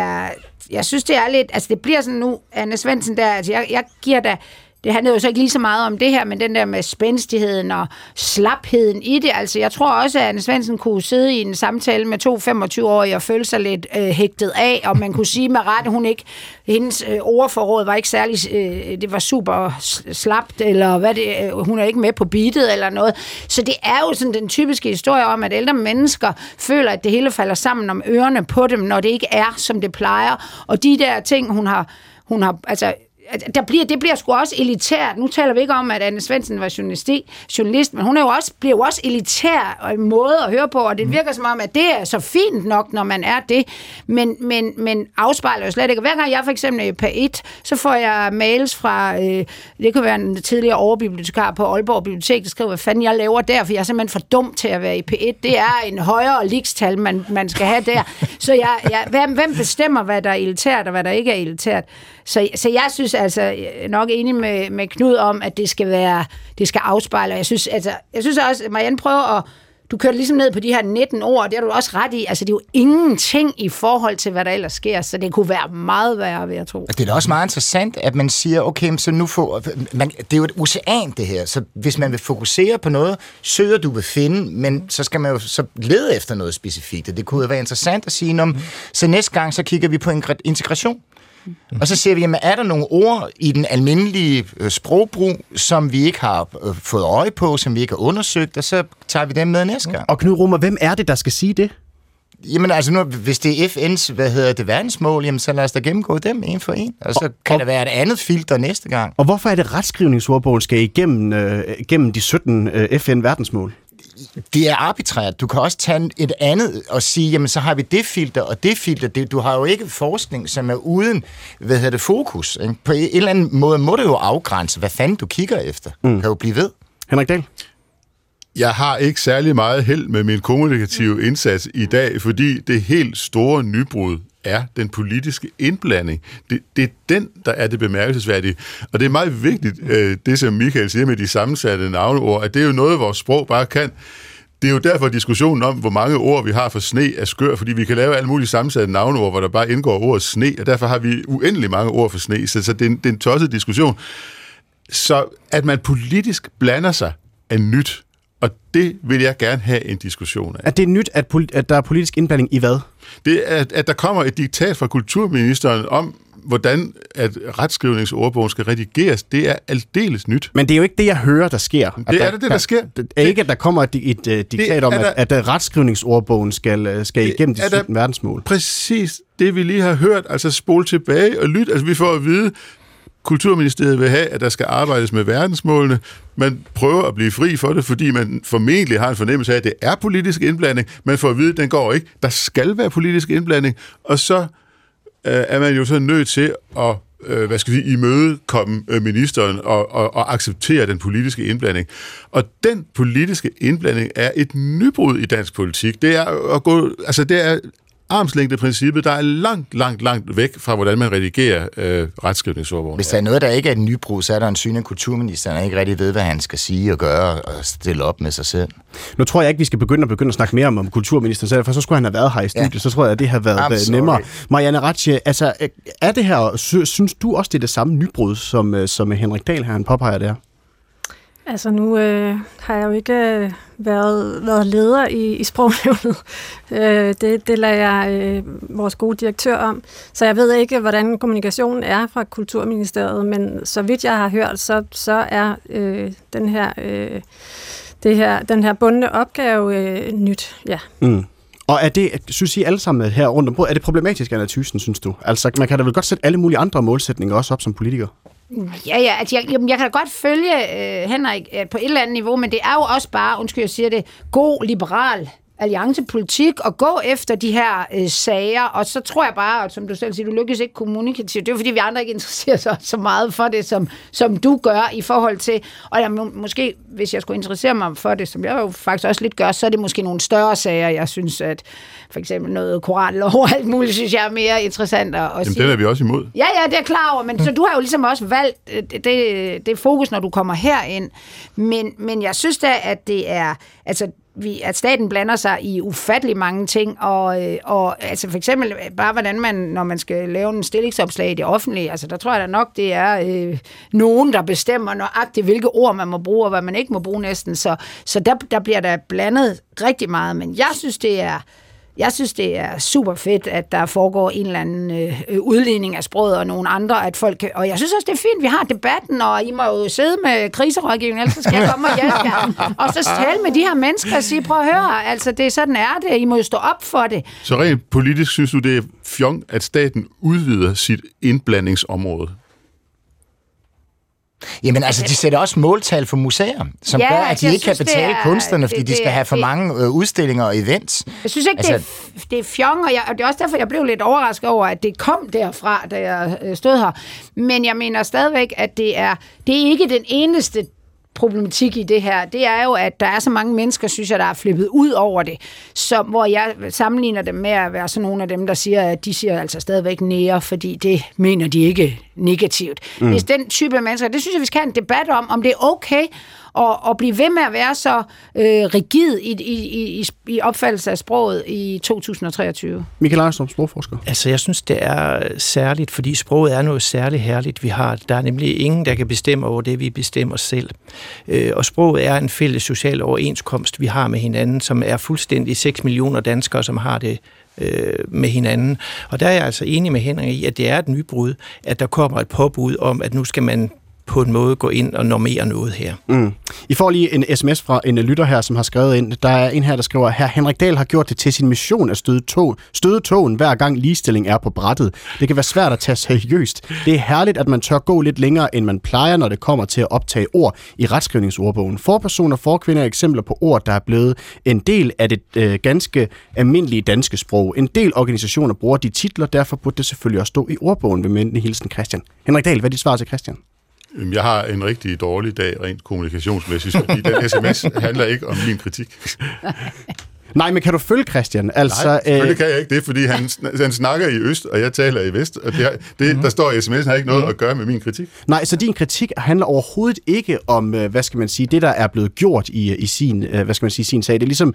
er lidt, altså det bliver sådan nu, Anne Svendsen der, altså jeg giver da, det handler jo så ikke lige så meget om det her, men den der med spændstigheden og slapheden i det. Altså, jeg tror også, at Anne Svendsen kunne sidde i en samtale med 2 25-årige og føle sig lidt hægtet af, og man kunne sige med rette, hendes ordforråd var ikke særlig, det var super slapt, eller hvad det, hun er ikke med på beatet eller noget. Så det er jo sådan den typiske historie om, at ældre mennesker føler, at det hele falder sammen om ørerne på dem, når det ikke er, som det plejer. Og de der ting, hun har altså, det bliver sgu også elitært. Nu taler vi ikke om, at Anne Svendsen var journalist, men hun bliver jo også elitær måde at høre på, og det virker som om, at det er så fint nok, når man er det, men afspejler jo slet ikke. Hver gang jeg for eksempel er på P1, så får jeg mails fra, det kan være en tidligere overbibliotekar på Aalborg Bibliotek, der skriver, hvad fanden jeg laver der, for jeg er simpelthen for dum til at være i P1. Det er en højere ligstal, man skal have der. Så hvem bestemmer, hvad der er elitært, og hvad der ikke er elitært? Så jeg synes altså nok enig med Knud om, at det skal afspejle. Jeg synes også, at Marianne prøver at, du kørte ligesom ned på de her 19 ord, og det har du også ret i. Altså det er jo ingenting i forhold til, hvad der ellers sker, så det kunne være meget værre, vil jeg tro. Det er da også meget interessant, at man siger, okay, så nu det er jo et ocean det her, så hvis man vil fokusere på noget, søger du vil finde, men så skal man jo så lede efter noget specifikt, og det kunne jo være interessant at sige, så næste gang, så kigger vi på integration. Og så ser vi, jamen, er der nogle ord i den almindelige sprogbrug, som vi ikke har fået øje på, som vi ikke har undersøgt, og så tager vi dem med næste gang. Og Knud Romer, hvem er det, der skal sige det? Jamen altså nu, hvis det er FN's, verdensmål, jamen så lad os da gennemgå dem en for en. Og så kan der være et andet filter næste gang. Og hvorfor er det retskrivningsordbogen skal igennem de 17 FN-verdensmål? Det er arbitrært. Du kan også tage et andet og sige, jamen så har vi det filter og det filter. Du har jo ikke forskning, som er uden, fokus. Ikke? På en eller anden måde må du jo afgrænse, hvad fanden du kigger efter. Kan jo blive ved. Henrik Dahl? Jeg har ikke særlig meget held med min kommunikative indsats i dag, fordi det helt store nybrud er den politiske indblanding. Det er den, der er det bemærkelsesværdige. Og det er meget vigtigt, det som Michael siger med de sammensatte navneord, at det er jo noget, vores sprog bare kan. Det er jo derfor diskussionen om, hvor mange ord vi har for sne er skør, fordi vi kan lave alle mulige sammensatte navneord, hvor der bare indgår ordet sne, og derfor har vi uendelig mange ord for sne, så det er en tosset diskussion. Så at man politisk blander sig er nyt, og det vil jeg gerne have en diskussion af. Er det nyt, at der er politisk indblanding i hvad? Det er, at der kommer et diktat fra kulturministeren om, hvordan at retskrivningsordbogen skal redigeres, det er aldeles nyt. Men det er jo ikke det, jeg hører, der sker. Det er det, der sker. Er ikke, at der kommer et diktat om, at retskrivningsordbogen skal igennem de 17 verdensmål? Præcis det, vi lige har hørt. Altså spol tilbage og lyt. Altså vi får at vide, Kulturministeriet vil have, at der skal arbejdes med verdensmålene. Man prøver at blive fri for det, fordi man formentlig har en fornemmelse af, at det er politisk indblanding. Man får at vide, at den går ikke. Der skal være politisk indblanding. Og så er man jo så nødt til at imødekomme ministeren og acceptere den politiske indblanding. Og den politiske indblanding er et nybrud i dansk politik. Det er armslængdeprincippet, der er langt væk fra, hvordan man redigerer retskrivningsordbogen. Hvis der er noget, der ikke er et nybrud, så er der en syn af kulturministeren, der ikke rigtig ved, hvad han skal sige og gøre og stille op med sig selv. Nu tror jeg ikke, vi skal begynde at snakke mere om kulturministeren selv, for så skulle han have været her i studiet, så tror jeg, at det har været nemmere. Marianne Ratche, altså, er det her, synes du også, det er det samme nybrud, som Henrik Dahl her, han påpeger der? Altså nu har jeg jo ikke været leder i Sprognævnet. Det lader jeg vores gode direktør om. Så jeg ved ikke, hvordan kommunikationen er fra Kulturministeriet, men så vidt jeg har hørt, så er den her bundne opgave nyt. Ja. Mm. Og er det, synes I alle sammen her rundt om bordet, er det problematisk, Anna Thyssen, synes du? Altså, man kan da vel godt sætte alle mulige andre målsætninger også op som politiker? Ja, altså jeg kan da godt følge Henrik på et eller andet niveau, men det er jo også bare, undskyld jeg siger det, god liberal alliancepolitik at gå efter de her sager, og så tror jeg bare, som du selv siger, du lykkes ikke kommunikativt. Det er jo fordi, vi andre ikke interesserer sig så meget for det, som du gør i forhold til, og jeg måske, hvis jeg skulle interessere mig for det, som jeg jo faktisk også lidt gør, så er det måske nogle større sager. Jeg synes, at for eksempel noget koranlov og alt muligt, synes jeg er mere interessant at sige. Jamen, det er vi også imod. Ja, det er jeg klar over, men så du har jo ligesom også valgt det fokus, når du kommer herind. Men jeg synes da, at det er, altså, at staten blander sig i ufattelig mange ting, og altså for eksempel bare hvordan man, når man skal lave en stillingsopslag i det offentlige, altså der tror jeg da nok, det er nogen, der bestemmer nøjagtigt, hvilke ord man må bruge, og hvad man ikke må bruge næsten, så der bliver der blandet rigtig meget, men jeg synes, det er super fedt, at der foregår en eller anden udligning af sproget og nogle andre, at folk kan, og jeg synes også, det er fint, vi har debatten, og I må jo sidde med kriserådgivning, ellers skal jeg komme og hjælpe jer. Og så tale med de her mennesker og sige, prøv at høre, altså det er sådan er det, I må jo stå op for det. Så rent politisk synes du, det er fjong, at staten udvider sit indblandingsområde? Jamen altså, de sætter også måltal for museer, som gør, at de ikke kan betale kunstnerne, fordi de skal have for mange udstillinger og events. Jeg synes ikke, altså, det er fjong, og det er også derfor, jeg blev lidt overrasket over, at det kom derfra, da jeg stod her. Men jeg mener stadigvæk, at det er ikke den eneste problematik i det her, det er jo, at der er så mange mennesker, synes jeg, der er flippet ud over det, hvor jeg sammenligner dem med at være sådan nogle af dem, der siger, at de siger altså stadigvæk nære, fordi det mener de ikke negativt. Det er den type af mennesker, det synes jeg, vi skal have en debat om det er okay at blive ved med at være så rigid i opfattelse af sproget i 2023. Michael Arnstrøm, sprogforsker. Altså, jeg synes, det er særligt, fordi sproget er noget særligt herligt, vi har. Der er nemlig ingen, der kan bestemme over det, vi bestemmer selv. Og sproget er en fælles social overenskomst, vi har med hinanden, som er fuldstændig 6 millioner danskere, som har det med hinanden. Og der er jeg altså enig med Henrik i, at det er et nybrud, at der kommer et påbud om, at nu skal man på en måde gå ind og normere noget her. I får lige en sms fra en lytter her, som har skrevet ind. Der er en her, der skriver, her Henrik Dahl har gjort det til sin mission at støde togen, hver gang ligestilling er på brættet. Det kan være svært at tage seriøst. Det er herligt, at man tør gå lidt længere, end man plejer, når det kommer til at optage ord i retskrivningsordbogen. Forpersoner, forkvinder er eksempler på ord, der er blevet en del af det ganske almindelige danske sprog. En del organisationer bruger de titler, derfor burde det selvfølgelig også stå i ordbogen ved venlig hilsen Christian. Henrik Dahl, hvad er dit svar til Christian? Jeg har en rigtig dårlig dag rent kommunikationsmæssigt, fordi den sms handler ikke om min kritik. Nej, men kan du følge Christian? Altså, nej, selvfølgelig kan jeg ikke det, fordi han snakker i øst, og jeg taler i vest, og der står i sms'en har ikke noget at gøre med min kritik. Nej, så din kritik handler overhovedet ikke om, hvad skal man sige, det der er blevet gjort i sin, hvad skal man sige, sin sag. Det er ligesom,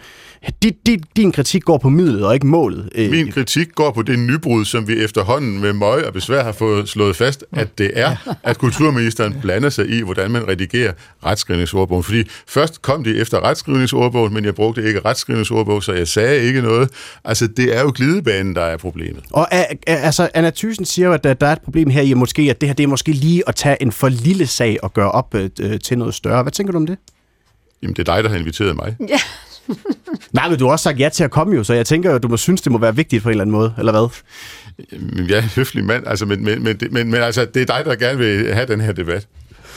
din kritik går på midlet og ikke målet. Min kritik går på det nybrud, som vi efterhånden med møg og besvær har fået slået fast, at det er, at kulturministeren blander sig i, hvordan man redigerer retskrivningsordbogen. Fordi først kom de efter retskrivningsordbogen, men jeg brugte ikke retskrivningsordbogen, så jeg sagde ikke noget. Altså, det er jo glidebanen, der er problemet. Og altså, Anna Thyssen siger jo, at der er et problem her i måske, at det her det er måske lige at tage en for lille sag og gøre op til noget større. Hvad tænker du om det? Jamen, det er dig, der har inviteret mig. Ja. Nej, men du har også sagt ja til at komme jo, så jeg tænker jo, at du må synes, det må være vigtigt på en eller anden måde, eller hvad? Jeg er en høflig mand, altså, men altså, det er dig, der gerne vil have den her debat.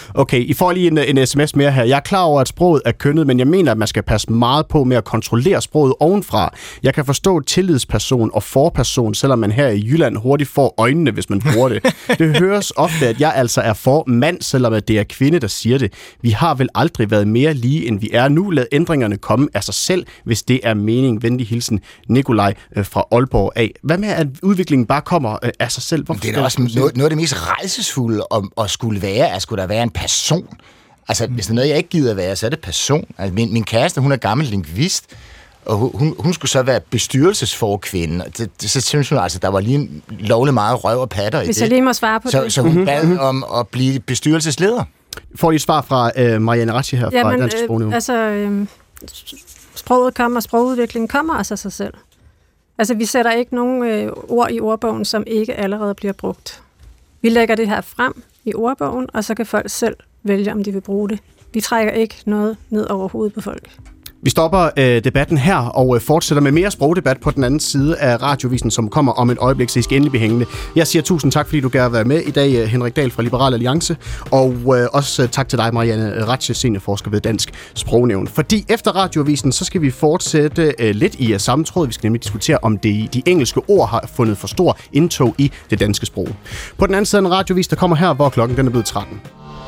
Okay, I får lige en sms mere her. Jeg er klar over, at sproget er kønnet, men jeg mener, at man skal passe meget på med at kontrollere sproget ovenfra. Jeg kan forstå tillidsperson og forperson, selvom man her i Jylland hurtigt får øjnene, hvis man bruger det. Det høres ofte, at jeg altså er for mand, selvom at det er kvinde, der siger det. Vi har vel aldrig været mere lige, end vi er nu. Lad ændringerne komme af sig selv, hvis det er mening. Venlig hilsen, Nikolaj fra Aalborg af. Hvad med, at udviklingen bare kommer af sig selv? Det er da også noget af det mest rædselsfulde at skulle være, at skulle der være en person. Altså, hvis det er noget, jeg ikke gider at være, så er det person. Altså, min kæreste, hun er gammel lingvist, og hun skulle så være bestyrelsesforkvinde. Så synes hun altså, der var lige lovlig meget røv og patter i det. Hvis jeg lige må svare på det. Så hun bad om at blive bestyrelsesleder. Får I et svar fra Marianne Ratche her fra Dansk Sprognævn? Sproget kommer, sprogudviklingen kommer af sig selv. Altså, vi sætter ikke nogen ord i ordbogen, som ikke allerede bliver brugt. Vi lægger det her frem i ordbogen, og så kan folk selv vælge, om de vil bruge det. Vi trækker ikke noget ned over hovedet på folk. Vi stopper debatten her og fortsætter med mere sprogdebat på den anden side af radiovisen, som kommer om et øjeblik, så I skal endelig blive hængende. Jeg siger tusind tak, fordi du gerne vil være med i dag, Henrik Dahl fra Liberal Alliance, og også tak til dig, Marianne Ratche, seniorforsker ved Dansk Sprognævn. Fordi efter radiovisen, så skal vi fortsætte lidt i samme tråd. Vi skal nemlig diskutere, om de engelske ord har fundet for stor indtog i det danske sprog. På den anden side af en radiovis, der kommer her, hvor klokken den er blevet 13.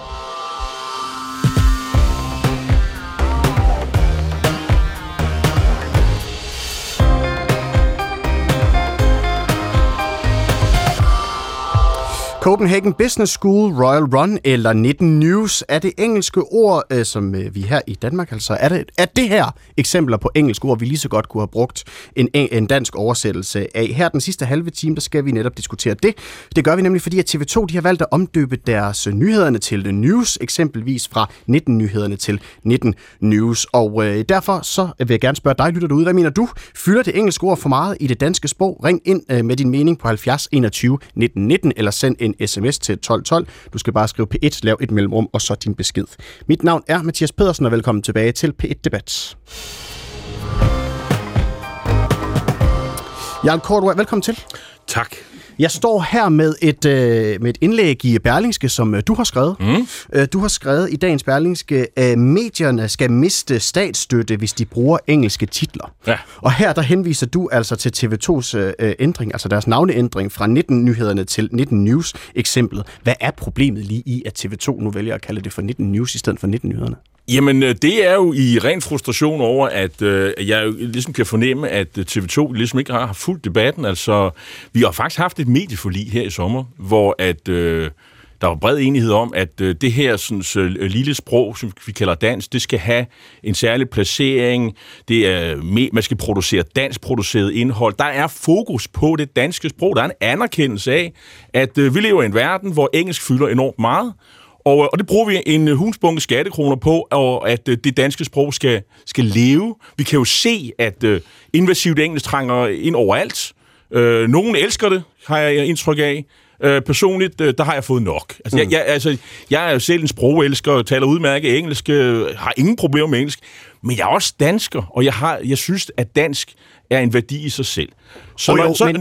Copenhagen Business School, Royal Run eller 19 News er det engelske ord, som vi her i Danmark altså er det her eksempler på engelske ord, vi lige så godt kunne have brugt en dansk oversættelse af. Her den sidste halve time, der skal vi netop diskutere det. Det gør vi nemlig, fordi at TV2 de har valgt at omdøbe deres nyhederne til The News, eksempelvis fra 19 nyhederne til 19 News. Og derfor så vil jeg gerne spørge dig, lytter derude, hvad mener du? Fylder det engelske ord for meget i det danske sprog? Ring ind med din mening på 70 21 19 19 eller send en sms til 1212. Du skal bare skrive P1, lav et mellemrum og så din besked. Mit navn er Mathias Pedersen, og velkommen tilbage til P1 Debat. Jarl Cordua, velkommen til. Tak. Jeg står her med et indlæg i Berlingske, som du har skrevet. Du har skrevet i dagens Berlingske, at medierne skal miste statsstøtte, hvis de bruger engelske titler. Ja. Og her der henviser du altså til TV2's ændring, altså deres navneændring fra 19 nyhederne til 19 News eksemplet. Hvad er problemet lige i, at TV2 nu vælger at kalde det for 19 News i stedet for 19 nyhederne? Jamen, det er jo i ren frustration over, at jeg jo ligesom kan fornemme, at TV2 ligesom ikke har fulgt debatten. Altså, vi har faktisk haft et medieforlig her i sommer, hvor at der var bred enighed om, at det her sådan, lille sprog, som vi kalder dansk, det skal have en særlig placering. Det er man skal producere dansk produceret indhold. Der er fokus på det danske sprog. Der er en anerkendelse af, at vi lever i en verden, hvor engelsk fylder enormt meget. Og det bruger vi en hulsbunke skattekroner på, og at det danske sprog skal leve. Vi kan jo se, at invasivt engelsk trænger ind overalt. Nogen elsker det, har jeg indtryk af. Personligt, der har jeg fået nok. Altså, jeg er jo selv en sprogelsker, taler udmærket engelsk, har ingen problemer med engelsk, men jeg er også dansker, og jeg synes, at dansk er en værdi i sig selv. Så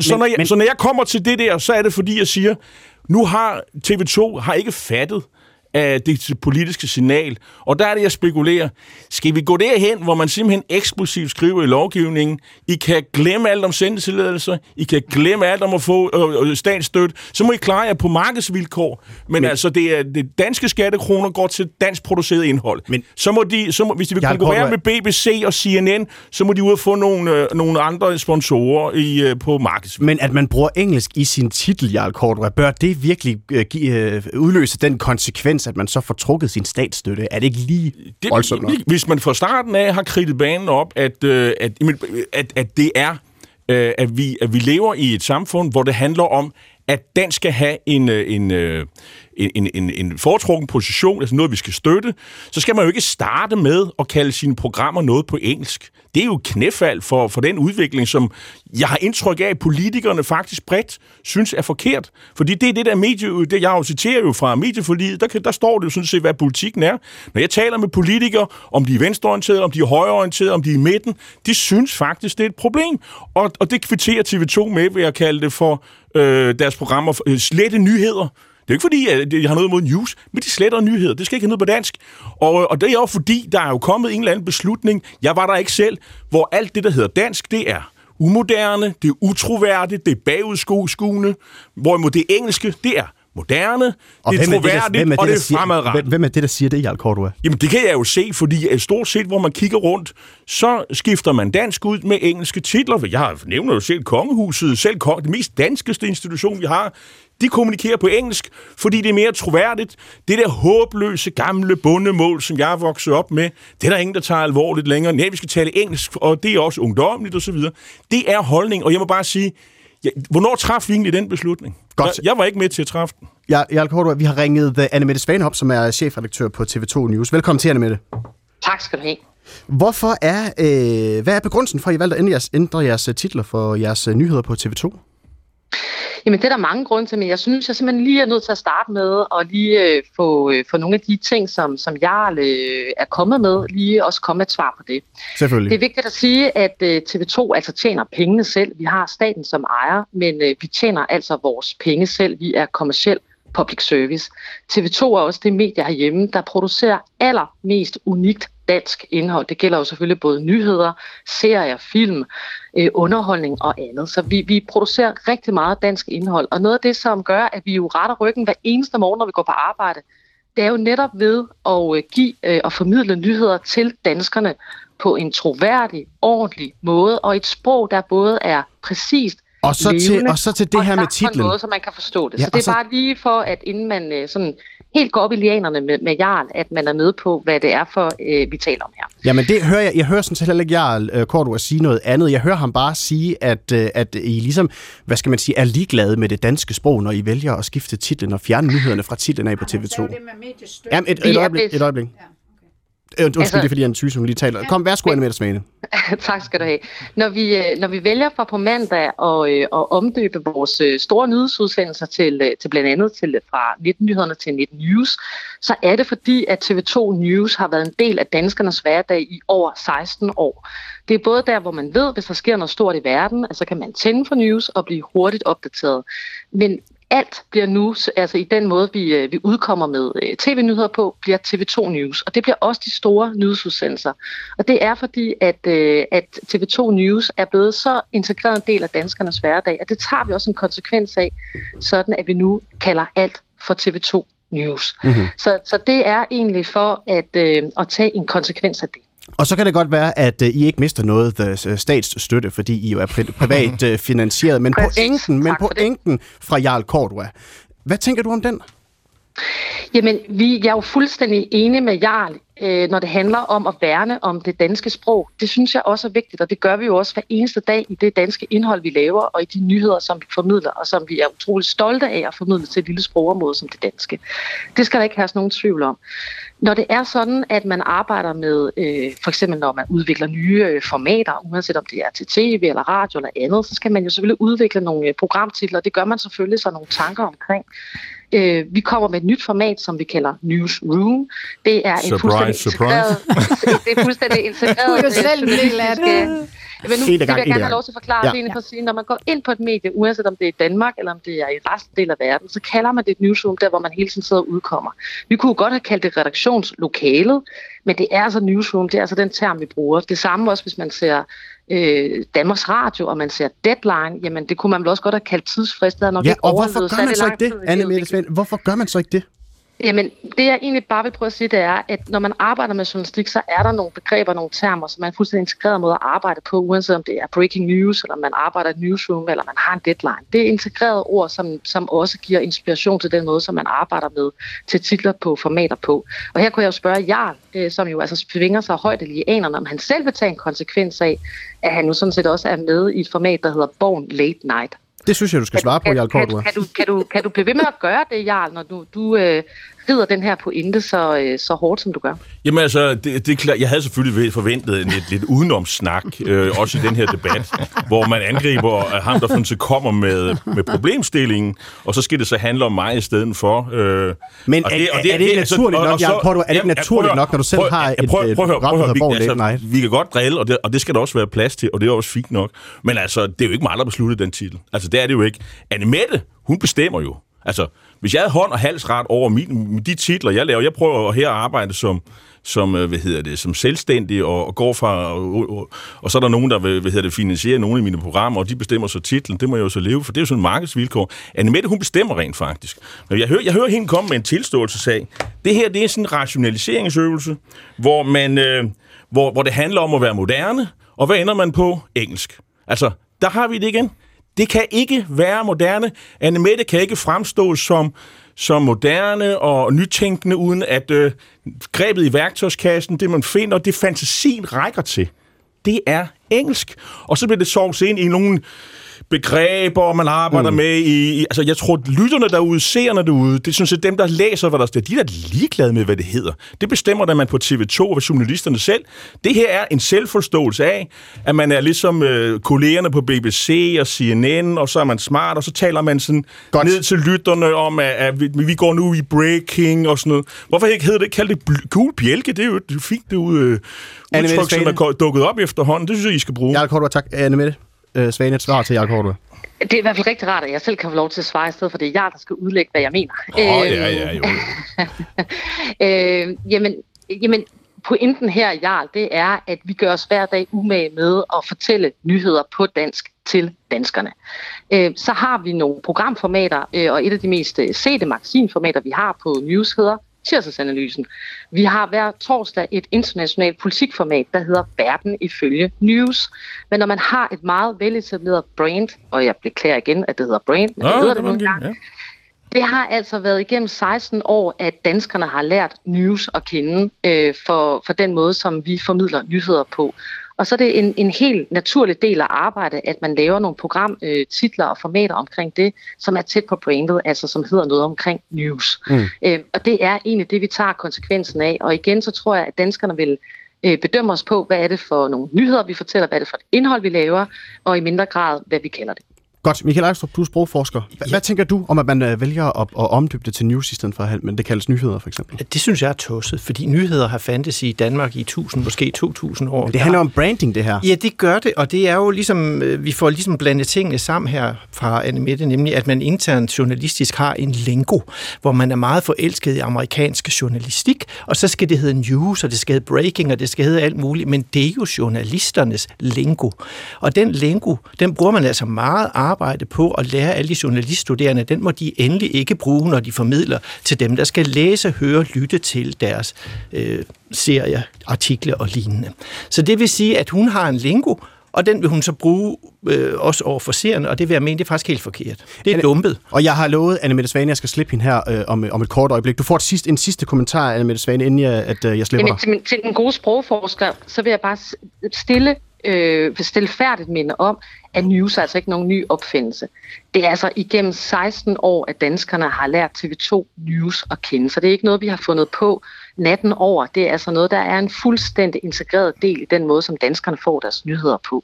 når jeg kommer til det der, så er det fordi, jeg siger, nu har TV2 ikke fattet af det politiske signal. Og der er det, jeg spekulerer. Skal vi gå derhen, hvor man simpelthen eksklusivt skriver i lovgivningen, I kan glemme alt om sendetilladelser, I kan glemme alt om at få statsstøtte, så må I klare jer på markedsvilkår. Men altså, det danske skattekroner går til dansk produceret indhold. Men så må hvis de vil konkurrere med BBC og CNN, så må de ud og få nogle andre sponsorer på markedsvilkår. Men at man bruger engelsk i sin titel, Jarl Cordua, bør det virkelig udløse den konsekvens, at man så får trukket sin statsstøtte? Er det ikke lige voldsomt nok? Hvis man fra starten af har kridtet banen op, at det er, at vi lever i et samfund, hvor det handler om, at den skal have en foretrukken position, altså noget, vi skal støtte, så skal man jo ikke starte med at kalde sine programmer noget på engelsk. Det er jo knæfald for den udvikling, som jeg har indtryk af, at politikerne faktisk bredt synes er forkert. Fordi det er det der jeg citerer jo fra medieforliget, der står det jo sådan set, hvad politikken er. Når jeg taler med politikere, om de er venstreorienterede, om de er højreorienterede, om de er i midten, de synes faktisk, det er et problem. Og det kvitterer TV2 med ved at kalde det for deres programmer slette nyheder. Det er ikke fordi, at jeg har noget imod news, men de sletter nyheder. Det skal ikke have noget på dansk. Og det er jo fordi, der er jo kommet en eller anden beslutning. Jeg var der ikke selv, hvor alt det, der hedder dansk, det er umoderne, det er utroværdigt, det er bagudskuende, hvorimod det engelske, det er moderne, det er troværdigt, og det er fremadrettet. Hvem er det, der siger det, Jarl Cordua? Jamen, det kan jeg jo se, fordi stort set, hvor man kigger rundt, så skifter man dansk ud med engelske titler. Jeg har nævnt jo selv kongehuset, selv det mest danskeste institution, vi har. De kommunikerer på engelsk, fordi det er mere troværdigt. Det der håbløse, gamle bundemål, som jeg er vokset op med, det er der ingen, der tager alvorligt længere. Nej, vi skal tale engelsk, og det er også ungdommeligt osv. Det er holdning, og jeg må bare sige, hvornår træffede vi egentlig den beslutning? Godt. Jeg var ikke med til at træffe den. Ja, Jarl Cordua, vi har ringet Annemette Svanehop, som er chefredaktør på TV2 News. Velkommen til, Annemette. Tak skal du have. Hvad er begrundelsen for, at I valgte at ændre jeres titler for jeres nyheder på TV2? Jamen, det er der mange grunde til, men jeg synes, jeg simpelthen lige er nødt til at starte med at lige få nogle af de ting, som Jarl er kommet med, lige også komme med et svar på det. Selvfølgelig. Det er vigtigt at sige, at TV2 altså tjener pengene selv. Vi har staten som ejer, men vi tjener altså vores penge selv. Vi er kommerciel public service. TV2 er også det medie herhjemme, der producerer allermest unikt dansk indhold. Det gælder jo selvfølgelig både nyheder, serier, film, underholdning og andet. Så vi producerer rigtig meget dansk indhold. Og noget af det, som gør, at vi jo retter ryggen hver eneste morgen, når vi går på arbejde, det er jo netop ved at give og formidle nyheder til danskerne på en troværdig, ordentlig måde, og et sprog, der både er præcist, og så til det her med titlen. På en måde, så man kan forstå det. Ja, så det er bare lige for, at inden man sådan helt går op i lianerne med Jarl, at man er med på, hvad det er for, vi taler om her. Jamen det hører jeg hører sådan set heller ikke Jarl Cordua sige noget andet. Jeg hører ham bare sige, at I ligesom, hvad skal man sige, er ligeglade med det danske sprog, når I vælger at skifte titlen og fjerne nyhederne fra titlen af på TV2. Jamen et øjeblik. Ja. Undskyld, det er fordi, en tyse, hun lige taler. Kom, værsgo, Annemette Svane. Tak skal du have. Når vi vælger fra på mandag at omdøbe vores store nyhedsudsendelser til blandt andet fra 19-nyhederne til 19 News, så er det fordi, at TV2 News har været en del af danskernes hverdag i over 16 år. Det er både der, hvor man ved, hvis der sker noget stort i verden, altså kan man tænde for news og blive hurtigt opdateret. Men alt bliver nu, altså i den måde, vi udkommer med tv-nyheder på, bliver TV2 News. Og det bliver også de store nyhedsudsendelser. Og det er fordi, at TV2 News er blevet så integreret en del af danskernes hverdag, at det tager vi også en konsekvens af, sådan at vi nu kalder alt for TV2 News. Mm-hmm. Så det er egentlig for at tage en konsekvens af det. Og så kan det godt være, at I ikke mister noget statsstøtte, fordi I jo er privat finansieret. Men pointen fra Jarl Cordua, hvad tænker du om den? Jamen, jeg er jo fuldstændig enige med Jarl, når det handler om at værne om det danske sprog. Det synes jeg også er vigtigt, og det gør vi jo også hver eneste dag i det danske indhold, vi laver, og i de nyheder, som vi formidler, og som vi er utrolig stolte af at formidle til et lille sprogområde som det danske. Det skal der ikke have nogen tvivl om. Når det er sådan, at man arbejder med, for eksempel når man udvikler nye formater, uanset om det er til tv eller radio eller andet, så skal man jo selvfølgelig udvikle nogle programtitler. Det gør man selvfølgelig så nogle tanker omkring. Vi kommer med et nyt format, som vi kalder Newsroom. Det er en fuldstændig integreret. Men nu vil jeg gerne have lov til at forklare det for at sige, når man går ind på et medie, uanset om det er i Danmark eller om det er i resten del af verden, så kalder man det et newsroom, der hvor man hele tiden sidder og udkommer. Vi kunne godt have kaldt det redaktionslokalet, men det er altså newsroom, det er altså den term, vi bruger. Det samme også, hvis man ser Danmarks Radio, og man ser Deadline, jamen det kunne man vel også godt have kaldt tidsfrist. Ja, og hvorfor gør man så ikke det, Annemette Svane? Hvorfor gør man så ikke det? Jamen, det jeg egentlig bare vil prøve at sige, det er, at når man arbejder med journalistik, så er der nogle begreber, nogle termer, som man er fuldstændig integreret måde at arbejde på, uanset om det er breaking news, eller man arbejder i et newsroom, eller man har en deadline. Det er integrerede ord, som også giver inspiration til den måde, som man arbejder med til titler på, formater på. Og her kunne jeg jo spørge Jarl, som jo altså svinger sig højt i lianerne, om han selv vil tage en konsekvens af, at han nu sådan set også er med i et format, der hedder Born Late Night. Det synes jeg, du skal svare på, Jarl Cordua. Kan du blive ved med at gøre det, Jarl, når du rider den her pointe så hårdt, som du gør? Jamen altså, det er klart, jeg havde selvfølgelig forventet en lidt udenomssnak, også i den her debat, hvor man angriber ham, der faktisk kommer med problemstillingen, og så skal det så handle om mig i stedet for. Men er det ikke naturligt nok, Jarl Cordua? Er det ikke naturligt nok, når du selv har et program, vi kan godt drille, og det skal der også være plads til, og det er også fint nok. Men altså, det er jo ikke mig, der beslutter den titel. Altså, det er det jo ikke. Annemette, hun bestemmer jo. Altså, hvis jeg havde hånd og halsret over de titler, jeg laver, jeg prøver her at arbejde som selvstændig og går fra, og så er der nogen, der vil finansiere nogle af mine programmer, og de bestemmer så titlen, det må jeg jo så leve, for det er jo sådan en markedsvilkår. Annemette, hun bestemmer rent faktisk. Men jeg hører hende komme med en tilståelsessag. Det her, det er sådan en rationaliseringsøvelse, hvor det handler om at være moderne, og hvad ender man på? Engelsk. Altså, der har vi det igen. Det kan ikke være moderne. Annemette kan ikke fremstå som moderne og nytænkende, uden at grebet i værktøjskassen, det man finder, det fantasien rækker til, det er engelsk. Og så bliver det sovs ind i nogle begreber, man arbejder med i... Altså, jeg tror, at lytterne derude, seerne derude, det er sådan set dem, der læser, hvad der står. De er ligeglade med, hvad det hedder. Det bestemmer, da man på TV2 og journalisterne selv. Det her er en selvforståelse af, at man er ligesom kollegerne på BBC og CNN, og så er man smart, og så taler man sådan ned til lytterne om, at vi går nu i breaking og sådan noget. Hvorfor ikke hedder det? Kald det gul bjælke. Det er jo fint, det udtryk, som er dukket op efterhånden. Det synes jeg, I skal bruge. Jarl Cordua, tak. Annemette Svane, et svar til Jarl Cordua. Det er i hvert fald rigtig rart, at jeg selv kan få lov til at svare i stedet for det er jeg, der skal udlægge, hvad jeg mener. Jamen, pointen her, Jarl, det er, at vi gør os hver dag umage med at fortælle nyheder på dansk til danskerne. Så har vi nogle programformater, og et af de mest sete magasinformater, vi har på News, hedder Tirsdagsanalysen. Vi har hver torsdag et internationalt politikformat, der hedder Verden ifølge News. Men når man har et meget veletableret brand, og jeg beklager igen, at det hedder brand, men det hedder det nogle gange. Det har altså været igennem 16 år, at danskerne har lært News at kende for den måde, som vi formidler nyheder på. Og så er det en helt naturlig del af arbejdet, at man laver nogle programtitler og formater omkring det, som er tæt på brandet, altså som hedder noget omkring news. Og det er egentlig det, vi tager konsekvensen af. Og igen, så tror jeg, at danskerne vil bedømme os på, hvad er det for nogle nyheder, vi fortæller, hvad er det for et indhold, vi laver, og i mindre grad, hvad vi kalder det. Godt. Michael Ejstrup, du er sprogforsker. Hvad tænker du om, at man vælger at omdøbe det til news i stedet for, men det kaldes nyheder, for eksempel? Det synes jeg er tosset, fordi nyheder har fandtes i Danmark i 1000, måske 2000 år. Men det handler om branding, det her. Ja, det gør det, og det er jo ligesom, vi får ligesom blandet tingene sammen her fra Annemette, nemlig at man internt journalistisk har en lingo, hvor man er meget forelsket i amerikansk journalistik, og så skal det hedde news, og det skal hedde breaking, og det skal hedde alt muligt, men det er jo journalisternes lingo. Og den lingo, den bruger man altså meget arbejde på at lære alle de journaliststuderende, den må de endelig ikke bruge, når de formidler til dem, der skal læse, høre, lytte til deres serier, artikler og lignende. Så det vil sige, at hun har en lingo, og den vil hun så bruge også over for seerne, og det vil jeg mene, det er faktisk helt forkert. Det er dumpet. Og jeg har lovet Annemette Svane, at jeg skal slippe hende her om et kort øjeblik. Du får en sidste kommentar, Annemette Svane, inden jeg slipper dig. Til den gode sprogforsker, så vil jeg bare stilfærdigt minde om, at news er altså ikke nogen ny opfindelse. Det er altså igennem 16 år, at danskerne har lært TV2 News at kende, så det er ikke noget, vi har fundet på natten over. Det er altså noget, der er en fuldstændig integreret del i den måde, som danskerne får deres nyheder på.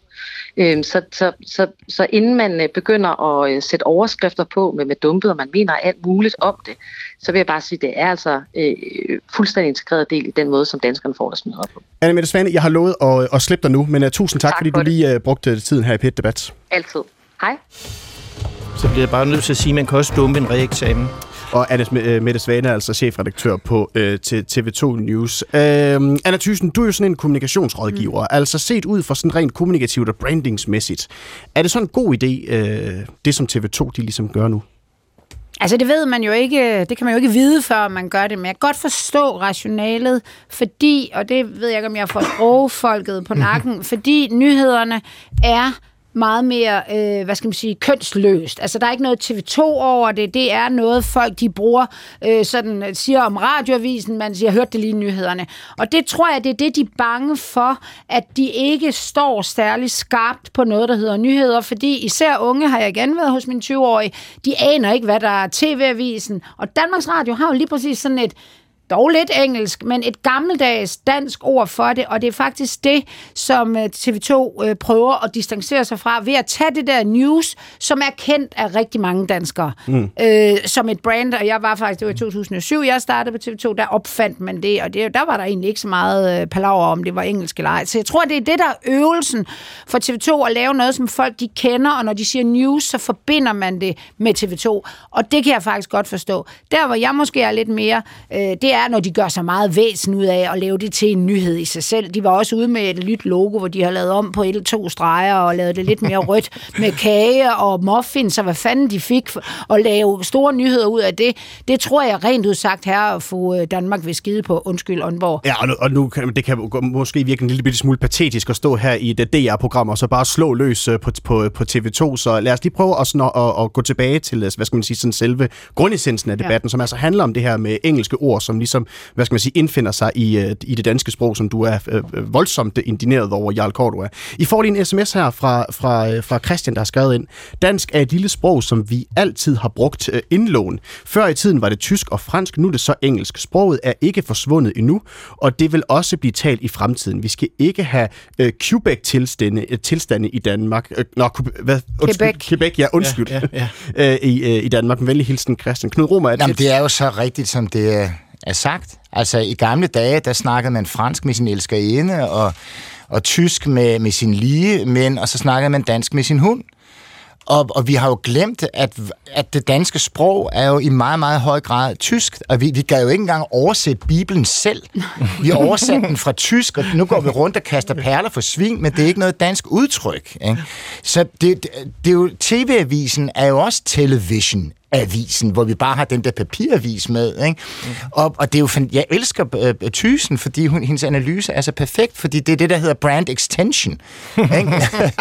Så inden man begynder at sætte overskrifter på med dumpet, og man mener alt muligt om det, så vil jeg bare sige, at det er altså fuldstændig integreret del i den måde, som danskerne får deres nyheder på. Annemette Svane, jeg har lovet at slippe dig nu, men tusind tak fordi du lige brugte tiden her i P1 Debat. Altid. Hej. Så bliver jeg bare nødt til at sige, at man kan også dumpe en reeksamen. Og Annemette Svane er altså chefredaktør på TV2 News. Anna Thyssen, du er jo sådan en kommunikationsrådgiver, altså set ud for sådan rent kommunikativt og brandingsmæssigt. Er det sådan en god idé, det som TV2 de ligesom gør nu? Altså det ved man jo ikke, det kan man jo ikke vide, før man gør det, men jeg kan godt forstå rationalet, fordi, og det ved jeg ikke, om jeg får sprogfolket på nakken, fordi nyhederne er meget mere, kønsløst. Altså, der er ikke noget TV2 over det. Det er noget, folk de bruger, siger om radioavisen, man siger, hørt det lige i nyhederne. Og det tror jeg, det er det, de er bange for, at de ikke står særlig skarpt på noget, der hedder nyheder, fordi især unge, har jeg igen været hos mine 20-årige, de aner ikke, hvad der er TV-avisen. Og Danmarks Radio har jo lige præcis sådan et dog lidt engelsk, men et gammeldags dansk ord for det, og det er faktisk det, som TV2 prøver at distancere sig fra, ved at tage det der news, som er kendt af rigtig mange danskere, som et brand, og jeg var faktisk, det var i 2007, jeg startede på TV2, der opfandt man det, og der var der egentlig ikke så meget palaver om, det var engelsk eller ej. Så jeg tror, det er det, der er øvelsen for TV2, at lave noget, som folk de kender, og når de siger news, så forbinder man det med TV2, og det kan jeg faktisk godt forstå. Der, hvor jeg måske er lidt mere, det er, når de gør så meget væsen ud af at lave det til en nyhed i sig selv. De var også ude med et nyt logo, hvor de har lavet om på 2 streger, og lavet det lidt mere rødt med kage og muffins, og hvad fanden de fik, og lave store nyheder ud af det. Det tror jeg rent udsagt her at få Danmark vil skide på. Undskyld, Åndborg. Ja, og nu det kan måske virke en lille bitte smule patetisk at stå her i et DR-program og så bare slå løs på TV2, så lad os lige prøve at gå tilbage til, hvad skal man sige, sådan selve grundessensen af debatten, som altså handler om det her med engelske ord, som ligesom, hvad skal man sige, indfinder sig i det danske sprog, som du er voldsomt indigneret over, Jarl Cordua. I får lige en sms her fra Christian, der har skrevet ind: dansk er et lille sprog, som vi altid har brugt indlån. Før i tiden var det tysk og fransk, nu er det så engelsk. Sproget er ikke forsvundet endnu, og det vil også blive talt i fremtiden. Vi skal ikke have Quebec-tilstande i Danmark. Quebec, ja, undskyld. Ja. I Danmark. En venlig hilsen, Christian. Knud Romer. Jamen, det er jo så rigtigt, som det er sagt. Altså, i gamle dage, der snakkede man fransk med sin elskerinde, og tysk med sin ligemænd, og så snakkede man dansk med sin hund. Og vi har jo glemt, at det danske sprog er jo i meget, meget høj grad tysk, og vi kan jo ikke engang oversætte Bibelen selv. Vi har oversat den fra tysk, og nu går vi rundt og kaster perler for svin, men det er ikke noget dansk udtryk. Ikke? Så det er jo, TV-avisen er jo også television-avisen, hvor vi bare har den der papiravis med. Ikke? Og det er jo jeg elsker Thyssen, fordi hendes analyse er så perfekt, fordi det er det, der hedder brand extension. Ikke?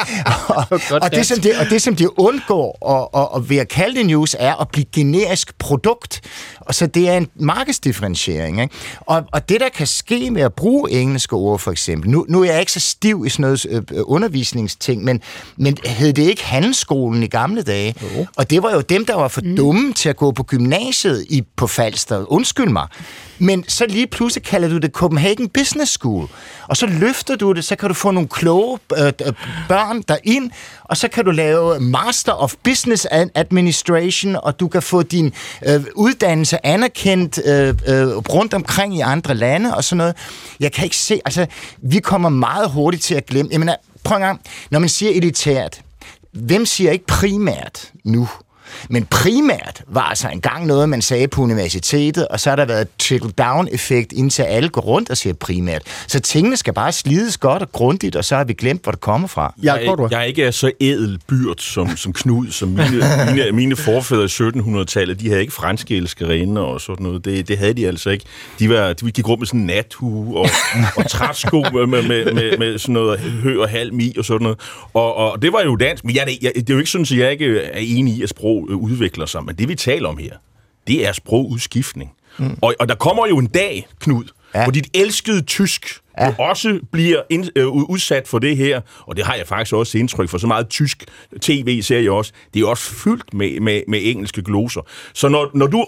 og det, som de undgår og ved at kalde det news, er at blive generisk produkt. Og så det er en markedsdifferentiering. Ikke? Og det, der kan ske med at bruge engelske ord, for eksempel. Nu er jeg ikke så stiv i sådan noget undervisningsting, men hed det ikke handelsskolen i gamle dage? Jo. Og det var jo dem, der var for dumme til at gå på gymnasiet på Falster. Undskyld mig. Men så lige pludselig kalder du det Copenhagen Business School. Og så løfter du det, så kan du få nogle kloge børn derind, og så kan du lave Master of Business Administration, og du kan få din uddannelse anerkendt rundt omkring i andre lande og sådan noget. Jeg kan ikke se, altså, vi kommer meget hurtigt til at glemme. Jamen, prøv en gang, når man siger elitært, hvem siger ikke primært nu? Men primært var altså engang noget, man sagde på universitetet, og så har der været et trickle-down-effekt, indtil alle går rundt og siger primært. Så tingene skal bare slides godt og grundigt, og så har vi glemt, hvor det kommer fra. Jeg er ikke så ædelbyrd som Knud, som mine forfædre i 1700-tallet, de havde ikke franske elskerinde og sådan noget. Det havde de altså ikke. De gik rundt med sådan en nathue og træsko med sådan noget hø og halm i og sådan noget. Og det var jo dansk, men det er jo ikke sådan, at jeg ikke er enig i, at sprog udvikler sig, men det vi taler om her, det er sprogudskiftning. Og der kommer jo en dag, Knud, hvor dit elskede tysk også bliver udsat for det her, og det har jeg faktisk også indtryk for, så meget tysk tv-serie også, det er også fyldt med engelske gloser. Så når du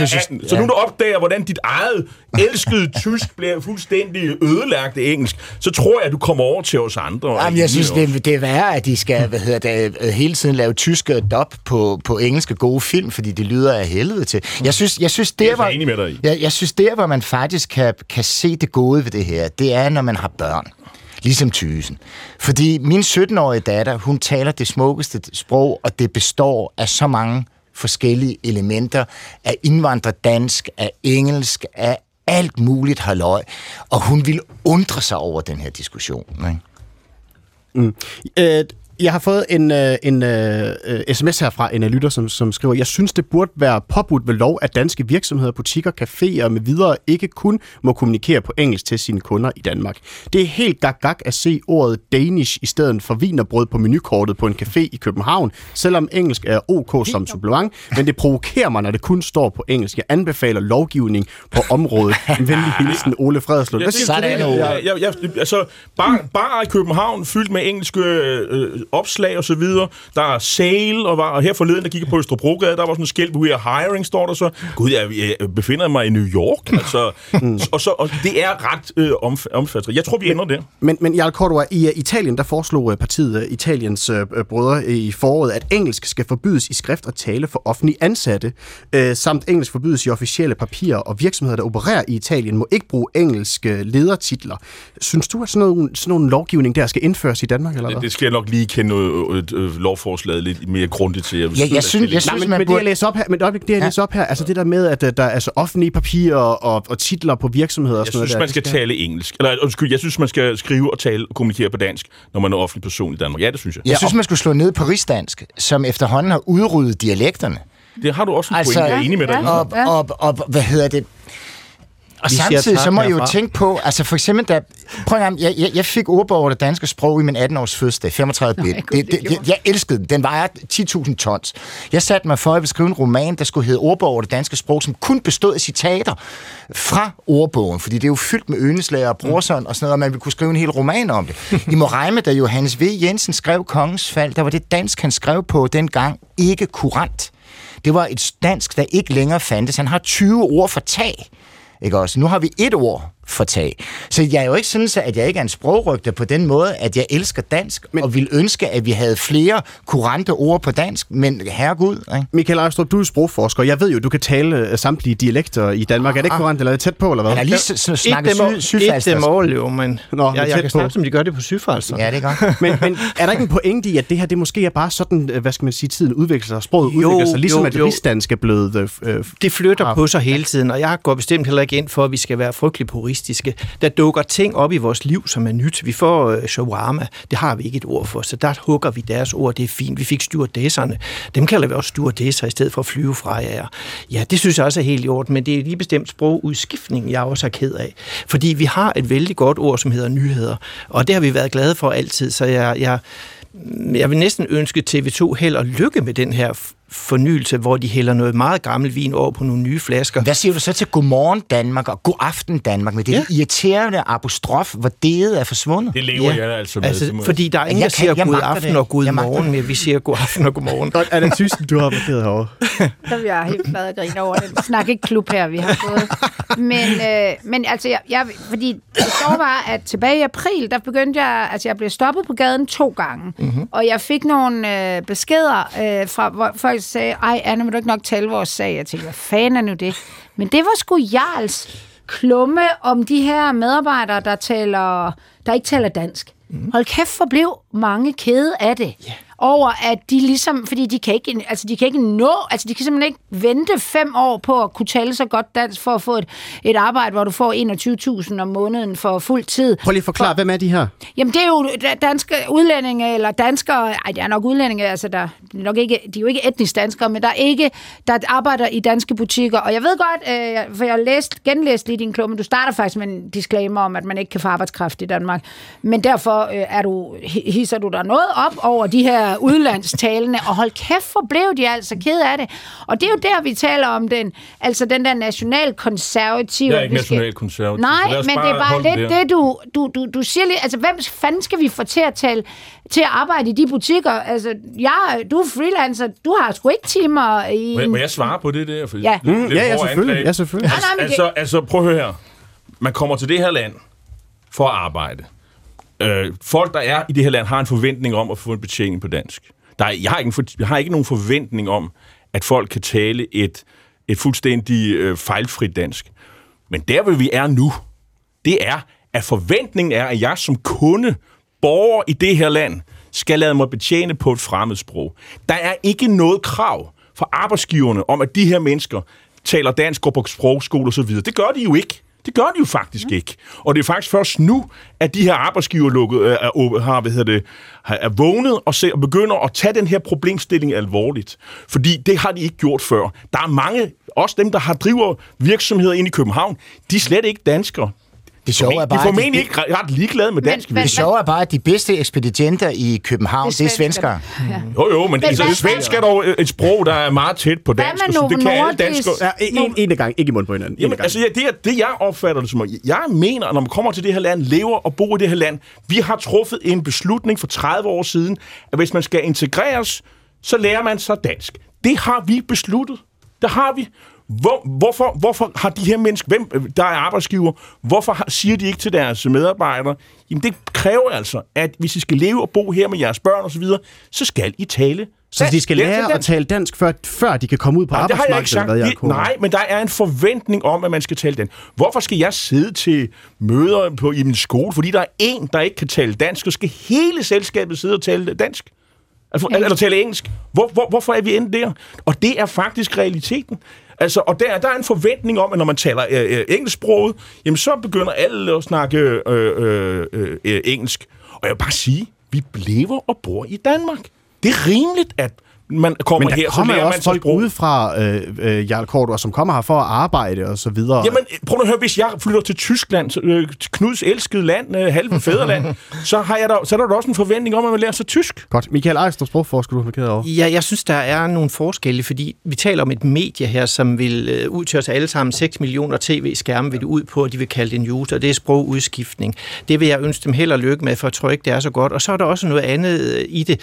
opdager, hvordan dit eget elskede tysk bliver fuldstændig ødelagt af engelsk, så tror jeg, at du kommer over til os andre. Jamen, jeg synes, det er værre, at de skal hele tiden lave tyske dub på engelske gode film, fordi det lyder af helvede til. Jeg synes, der, hvor man faktisk kan se det gode ved det her, det er, når man har børn. Ligesom Thyssen. Fordi min 17-årige datter, hun taler det smukkeste sprog, og det består af så mange forskellige elementer af indvandrerdansk, af engelsk, af alt muligt halløj. Og hun vil undre sig over den her diskussion. Ikke? Jeg har fået en sms her fra en lytter, som skriver: jeg synes, det burde være påbudt ved lov, at danske virksomheder, butikker, caféer med videre ikke kun må kommunikere på engelsk til sine kunder i Danmark. Det er helt gak at se ordet Danish i stedet for wienerbrød på menukortet på en café i København, selvom engelsk er ok som supplement, men det provokerer mig, når det kun står på engelsk. Jeg anbefaler lovgivning på området. En venlig hilsen, Ole Fredeslund. Bare i København, fyldt med engelske opslag og så videre. Der er sale, og her forleden, der gik på Østerbrogade, der var sådan et skilt, we are hiring, står der så. Gud, jeg befinder mig i New York, altså. Og det er ret omfattende. Jeg tror, vi ender der. Men Jarl Cordua, i Italien, der foreslog partiet Italiens brødre i foråret, at engelsk skal forbydes i skrift og tale for offentlige ansatte, samt engelsk forbydes i officielle papirer, og virksomheder, der opererer i Italien, må ikke bruge engelske ledertitler. Synes du, at sådan nogle lovgivning der skal indføres i Danmark, eller hvad? Det skal jeg nok lige kende lovforslaget lidt mere grundigt til. Jeg synes, men det, jeg læser op her, læser op her, altså det der med, at der er altså offentlige papirer og titler på virksomheder og sådan noget. Jeg synes, man skal tale engelsk. Jeg synes, man skal skrive og tale og kommunikere på dansk, når man er offentlig person i Danmark. Ja, det synes jeg. Jeg synes, man skulle slå ned på rigsdansk, som efterhånden har udryddet dialekterne. Det har du også en point, jeg er enig med dig. Og hvad hedder det? Og samtidig så må jeg jo tænke på, altså for eksempel, jeg fik ordbog over det danske sprog i min 18-års fødselsdag, 35 bind. Jeg elskede den. Den vejer 10.000 tons. Jeg satte mig for at skrive en roman, der skulle hedde Ordbog over det danske sprog, som kun bestod af citater fra ordbogen, fordi det er jo fyldt med yndlingslæger og brorsøn og sådan noget, og man ville kunne skrive en hel roman om det. I må regne, da Johannes V. Jensen skrev Kongens Fald, der var det dansk, han skrev på dengang, ikke kurant. Det var et dansk, der ikke længere fandtes. Han har 20 ord for tag. Ikke også? Nu har vi 1 ord for tag. Så jeg er jo ikke sådan, at jeg ikke er en sprogrygter på den måde, at jeg elsker dansk, og vil ønske, at vi havde flere kurante ord på dansk, men herregud. Ikke? Michael Ejstrup, du er sprogforsker. Jeg ved jo, du kan tale samtlige dialekter i Danmark. Er det ikke kurant, eller er det tæt på, eller hvad? Han har lige snakket syfalster. Ikke dem overlever, men jeg kan snakke, som de gør det på syfalster. Ja, det er godt. men er der ikke en pointe i, at det her, det måske er bare sådan, hvad skal man sige, tiden udvikler sig, sproget udvikler sig, ligesom at rigsdansk er blevet... Det flytter på sig hele tiden, og jeg går bestemt heller ikke ind for, at vi skal være frygtelig puristiske. Der dukker ting op i vores liv, som er nyt. Vi får shawarma, det har vi ikke et ord for, så der hugger vi deres ord, det er fint. Vi fik stewardesserne, dem kalder vi også stewardesser i stedet for flyvefrejager. Ja, det synes jeg også er helt i orden, men det er lige bestemt sprogudskiftning, jeg også er ked af. Fordi vi har et vældig godt ord, som hedder nyheder, og det har vi været glade for altid, så jeg vil næsten ønske TV2 held og lykke med den her fornyelse, hvor de hælder noget meget gammel vin over på nogle nye flasker. Hvad siger du så til Godmorgen Danmark og Godaften Danmark med det irriterende apostrof, hvor det er forsvundet? Det lever jeg altså med. Fordi der er ingen, der siger Godaften og Godmorgen, men vi siger Godaften og Godmorgen. Godt, er det tysten, du har markeret herovre? Så vil jeg helt flad og grine over den snakkeklub her, vi har fået. Men altså, fordi det står bare, at tilbage i april, der begyndte jeg blev stoppet på gaden 2 gange, og jeg fik nogle beskeder fra, hvor folk sagde, ej Anna, vil du ikke nok tale vores sag? Jeg tænkte, hvad fanden er nu det? Men det var sgu Jarls klumme om de her medarbejdere, der ikke taler dansk. Hold kæft, for blev mange kede af det. Yeah. Over at de ligesom, fordi de kan ikke nå, de kan simpelthen ikke vente 5 år på at kunne tale så godt dansk for at få et arbejde, hvor du får 21.000 om måneden for fuld tid. Prøv lige at forklare, hvem er de her? Jamen, det er jo danske udlændinge, eller danskere, det er nok udlændinge, altså de er jo ikke etnisk danskere, men der arbejder i danske butikker, og jeg ved godt, for jeg har genlæst lige din klumme, du starter faktisk med en disclaimer om, at man ikke kan få arbejdskraft i Danmark, men derfor hisser du der noget op over de her udlandstalende, og hold kæft, for blev de altså ked af det. Og det er jo der, vi taler om den der nationalkonservative... Jeg er ikke nationalkonservativ. Nej, men det er bare lidt det, du siger lidt... Altså, hvem fanden skal vi få til at arbejde i de butikker? Altså, du er freelancer, du har sgu ikke timer i... Må jeg svare på det der? For ja. Ja, selvfølgelig. Altså, prøv at høre her. Man kommer til det her land for at arbejde. Folk, der er i det her land, har en forventning om at få en betjening på dansk. Jeg har ikke nogen forventning om, at folk kan tale et fuldstændig fejlfrit dansk. Men der, hvor vi er nu, det er, at forventningen er, at jeg som kunde, borger i det her land, skal lade mig betjene på et fremmedsprog. Der er ikke noget krav fra arbejdsgiverne om, at de her mennesker taler dansk, går på sprogskole og så videre. Det gør de jo ikke. Det gør de jo faktisk ikke. Og det er faktisk først nu, at de her arbejdsgiver er vågnet og begynder at tage den her problemstilling alvorligt. Fordi det har de ikke gjort før. Der er mange, også dem, der driver virksomheder inde i København, de er slet ikke danskere. Det sjove er bare, de er formentlig ikke ret ligeglade med dansk. Det sjove er bare, at de bedste ekspedienter i København, det er svenskere. Ja. Jo, men svensk er dog et sprog, der er meget tæt på dansk. Så det kan alle danskere... En gang, ikke i mund på hinanden. Jamen, altså, det jeg opfatter det som, jeg mener, når man kommer til det her land, lever og bor i det her land, vi har truffet en beslutning for 30 år siden, at hvis man skal integreres, så lærer man sig dansk. Det har vi besluttet. Det har vi. Hvorfor har de her mennesker, hvem der er arbejdsgiver, hvorfor siger de ikke til deres medarbejdere, jamen det kræver altså, at hvis I skal leve og bo her med jeres børn osv., så skal I tale. Så de skal lære at tale dansk, før de kan komme ud på arbejdsmarkedet? Nej, men der er en forventning om, at man skal tale dansk. Hvorfor skal jeg sidde til møder i min skole, fordi der er en, der ikke kan tale dansk, og skal hele selskabet sidde og tale dansk? Eller tale engelsk. Hvorfor er vi endt der? Og det er faktisk realiteten. Altså, og der er en forventning om, at når man taler engelsksproget, jamen så begynder alle at snakke engelsk. Og jeg vil bare sige, vi lever og bor i Danmark. Det er rimeligt, at man kommer her, så lærer man også folk udefra, Jarl Korydor, som kommer her for at arbejde og så videre. Jamen, prøv at høre, hvis jeg flytter til Tyskland, Knuds elskede land, halve fædreland, så er der også en forventning om, at man lærer sig tysk. Godt. Michael Ejstrup, sprogforsker, du har markeret over. Ja, jeg synes, der er nogle forskelle, fordi vi taler om et medie her, som vil ud til os alle sammen. 6 millioner tv-skærme vil det ud på, og de vil kalde det news, og det er sprogudskiftning. Det vil jeg ønske dem held og lykke med, for jeg tror ikke, det er så godt. Og så er der også noget andet i det.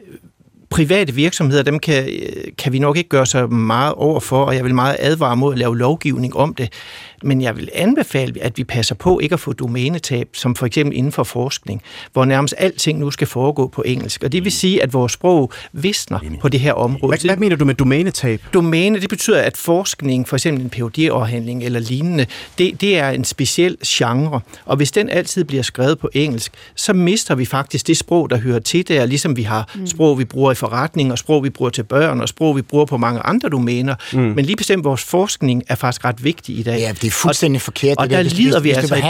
Private virksomheder, dem kan vi nok ikke gøre så meget overfor, og jeg vil meget advare mod at lave lovgivning om det. Men jeg vil anbefale, at vi passer på ikke at få domænetab, som for eksempel inden for forskning, hvor nærmest alting nu skal foregå på engelsk. Og det vil sige, at vores sprog visner på det her område. Hvad mener du med domænetab? Domæne, det betyder, at forskning, for eksempel en Ph.D.-afhandling eller lignende, det er en speciel genre. Og hvis den altid bliver skrevet på engelsk, så mister vi faktisk det sprog, der hører til der, ligesom vi har sprog, vi bruger i forretning, og sprog, vi bruger til børn, og sprog, vi bruger på mange andre domæner. Men lige bestemt vores forskning er faktisk ret vigtig i dag. Ja, det er fuldstændig forkert. Og der lider vi altså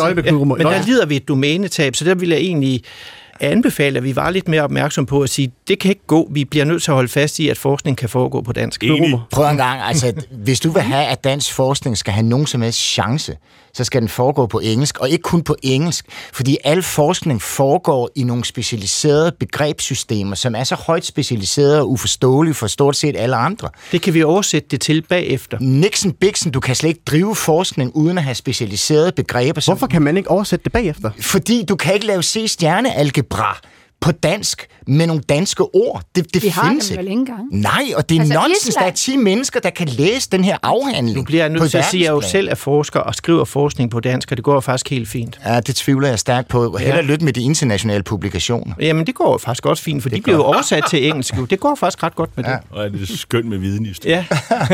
men der lider vi et domænetab, så der vil jeg egentlig anbefale, at vi var lidt mere opmærksom på at sige, det kan ikke gå. Vi bliver nødt til at holde fast i, at forskning kan foregå på dansk. Prøv en gang. Altså, hvis du vil have, at dansk forskning skal have nogen som helst chance, så skal den foregå på engelsk, og ikke kun på engelsk, fordi al forskning foregår i nogle specialiserede begrebssystemer, som er så højt specialiserede og uforståelige for stort set alle andre. Det kan vi oversætte det til bagefter. Nixon Bixen, du kan slet ikke drive forskning uden at have specialiserede begreber. Hvorfor kan man ikke oversætte det bagefter? Fordi du kan ikke lave C-stjernealgebra på dansk med nogle danske ord. Det findes ikke. Nej, og det er nonsens. Der er 10 mennesker, der kan læse den her afhandling. Nu bliver jeg nødt til at sige, at jeg jo selv er forsker og skriver forskning på dansk, og det går faktisk helt fint. Ja, det tvivler jeg stærkt på. Held og lykke med de internationale publikationer. Jamen, det går faktisk også fint, for de bliver jo oversat til engelsk. Det går faktisk ret godt med det. Og det er skønt med viden i stedet. Ja.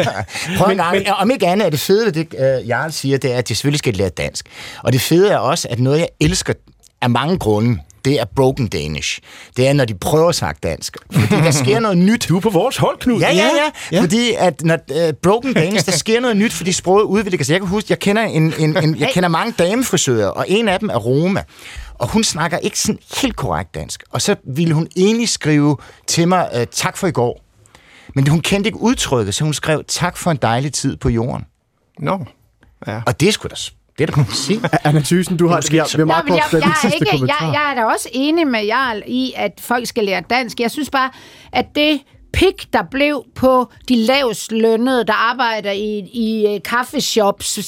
Prøv en gang. Om ikke andet er det fede, det Jarl siger, det er, at de selvfølgelig skal lære dansk. Og det fede er også, at noget, jeg elsker af mange grunde, det er broken Danish. Det er, når de prøver sagt dansk. Fordi der sker noget nyt. Du er på vores hold, Knud. Ja. Fordi at når broken Danish, der sker noget nyt, fordi sproget udvikler sig. Jeg kan huske, jeg kender mange damefrisører, og en af dem er Roma. Og hun snakker ikke sådan helt korrekt dansk. Og så ville hun egentlig skrive til mig, tak for i går. Men hun kendte ikke udtrykket, så hun skrev, tak for en dejlig tid på jorden. Ja. Og det skulle da kunne sige. Anna Thyssen, du har meget kort den sidste kommentar. Jeg er da også enig med Jarl i, at folk skal lære dansk. Jeg synes bare, at det pik, der blev på de lavest lønnede, der arbejder i kaffeshops,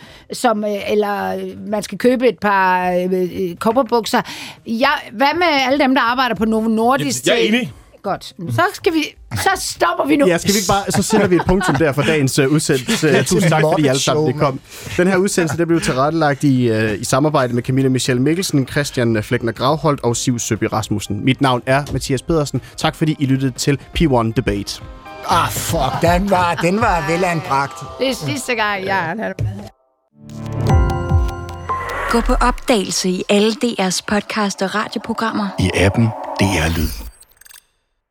eller man skal købe et par kopperbukser. Hvad med alle dem, der arbejder på Novo Nordisk? Jeg er enig. Godt. Så stopper vi nu. Ja, skal vi ikke bare, så sætter vi et punktum der for dagens udsendelse. Tusind tak, fordi I alle sammen kom. Den her udsendelse, der blev tilrettelagt i samarbejde med Camilla Michelle Mikkelsen, Christian Fleckner Gravholdt og Siv Søby Rasmussen. Mit navn er Mathias Pedersen. Tak fordi I lyttede til P1 Debate. Fuck, den var velanbragt. Det er sidste gang, jeg er med. Gå på opdagelse i alle DR's podcast og radioprogrammer. I appen DR Lyd.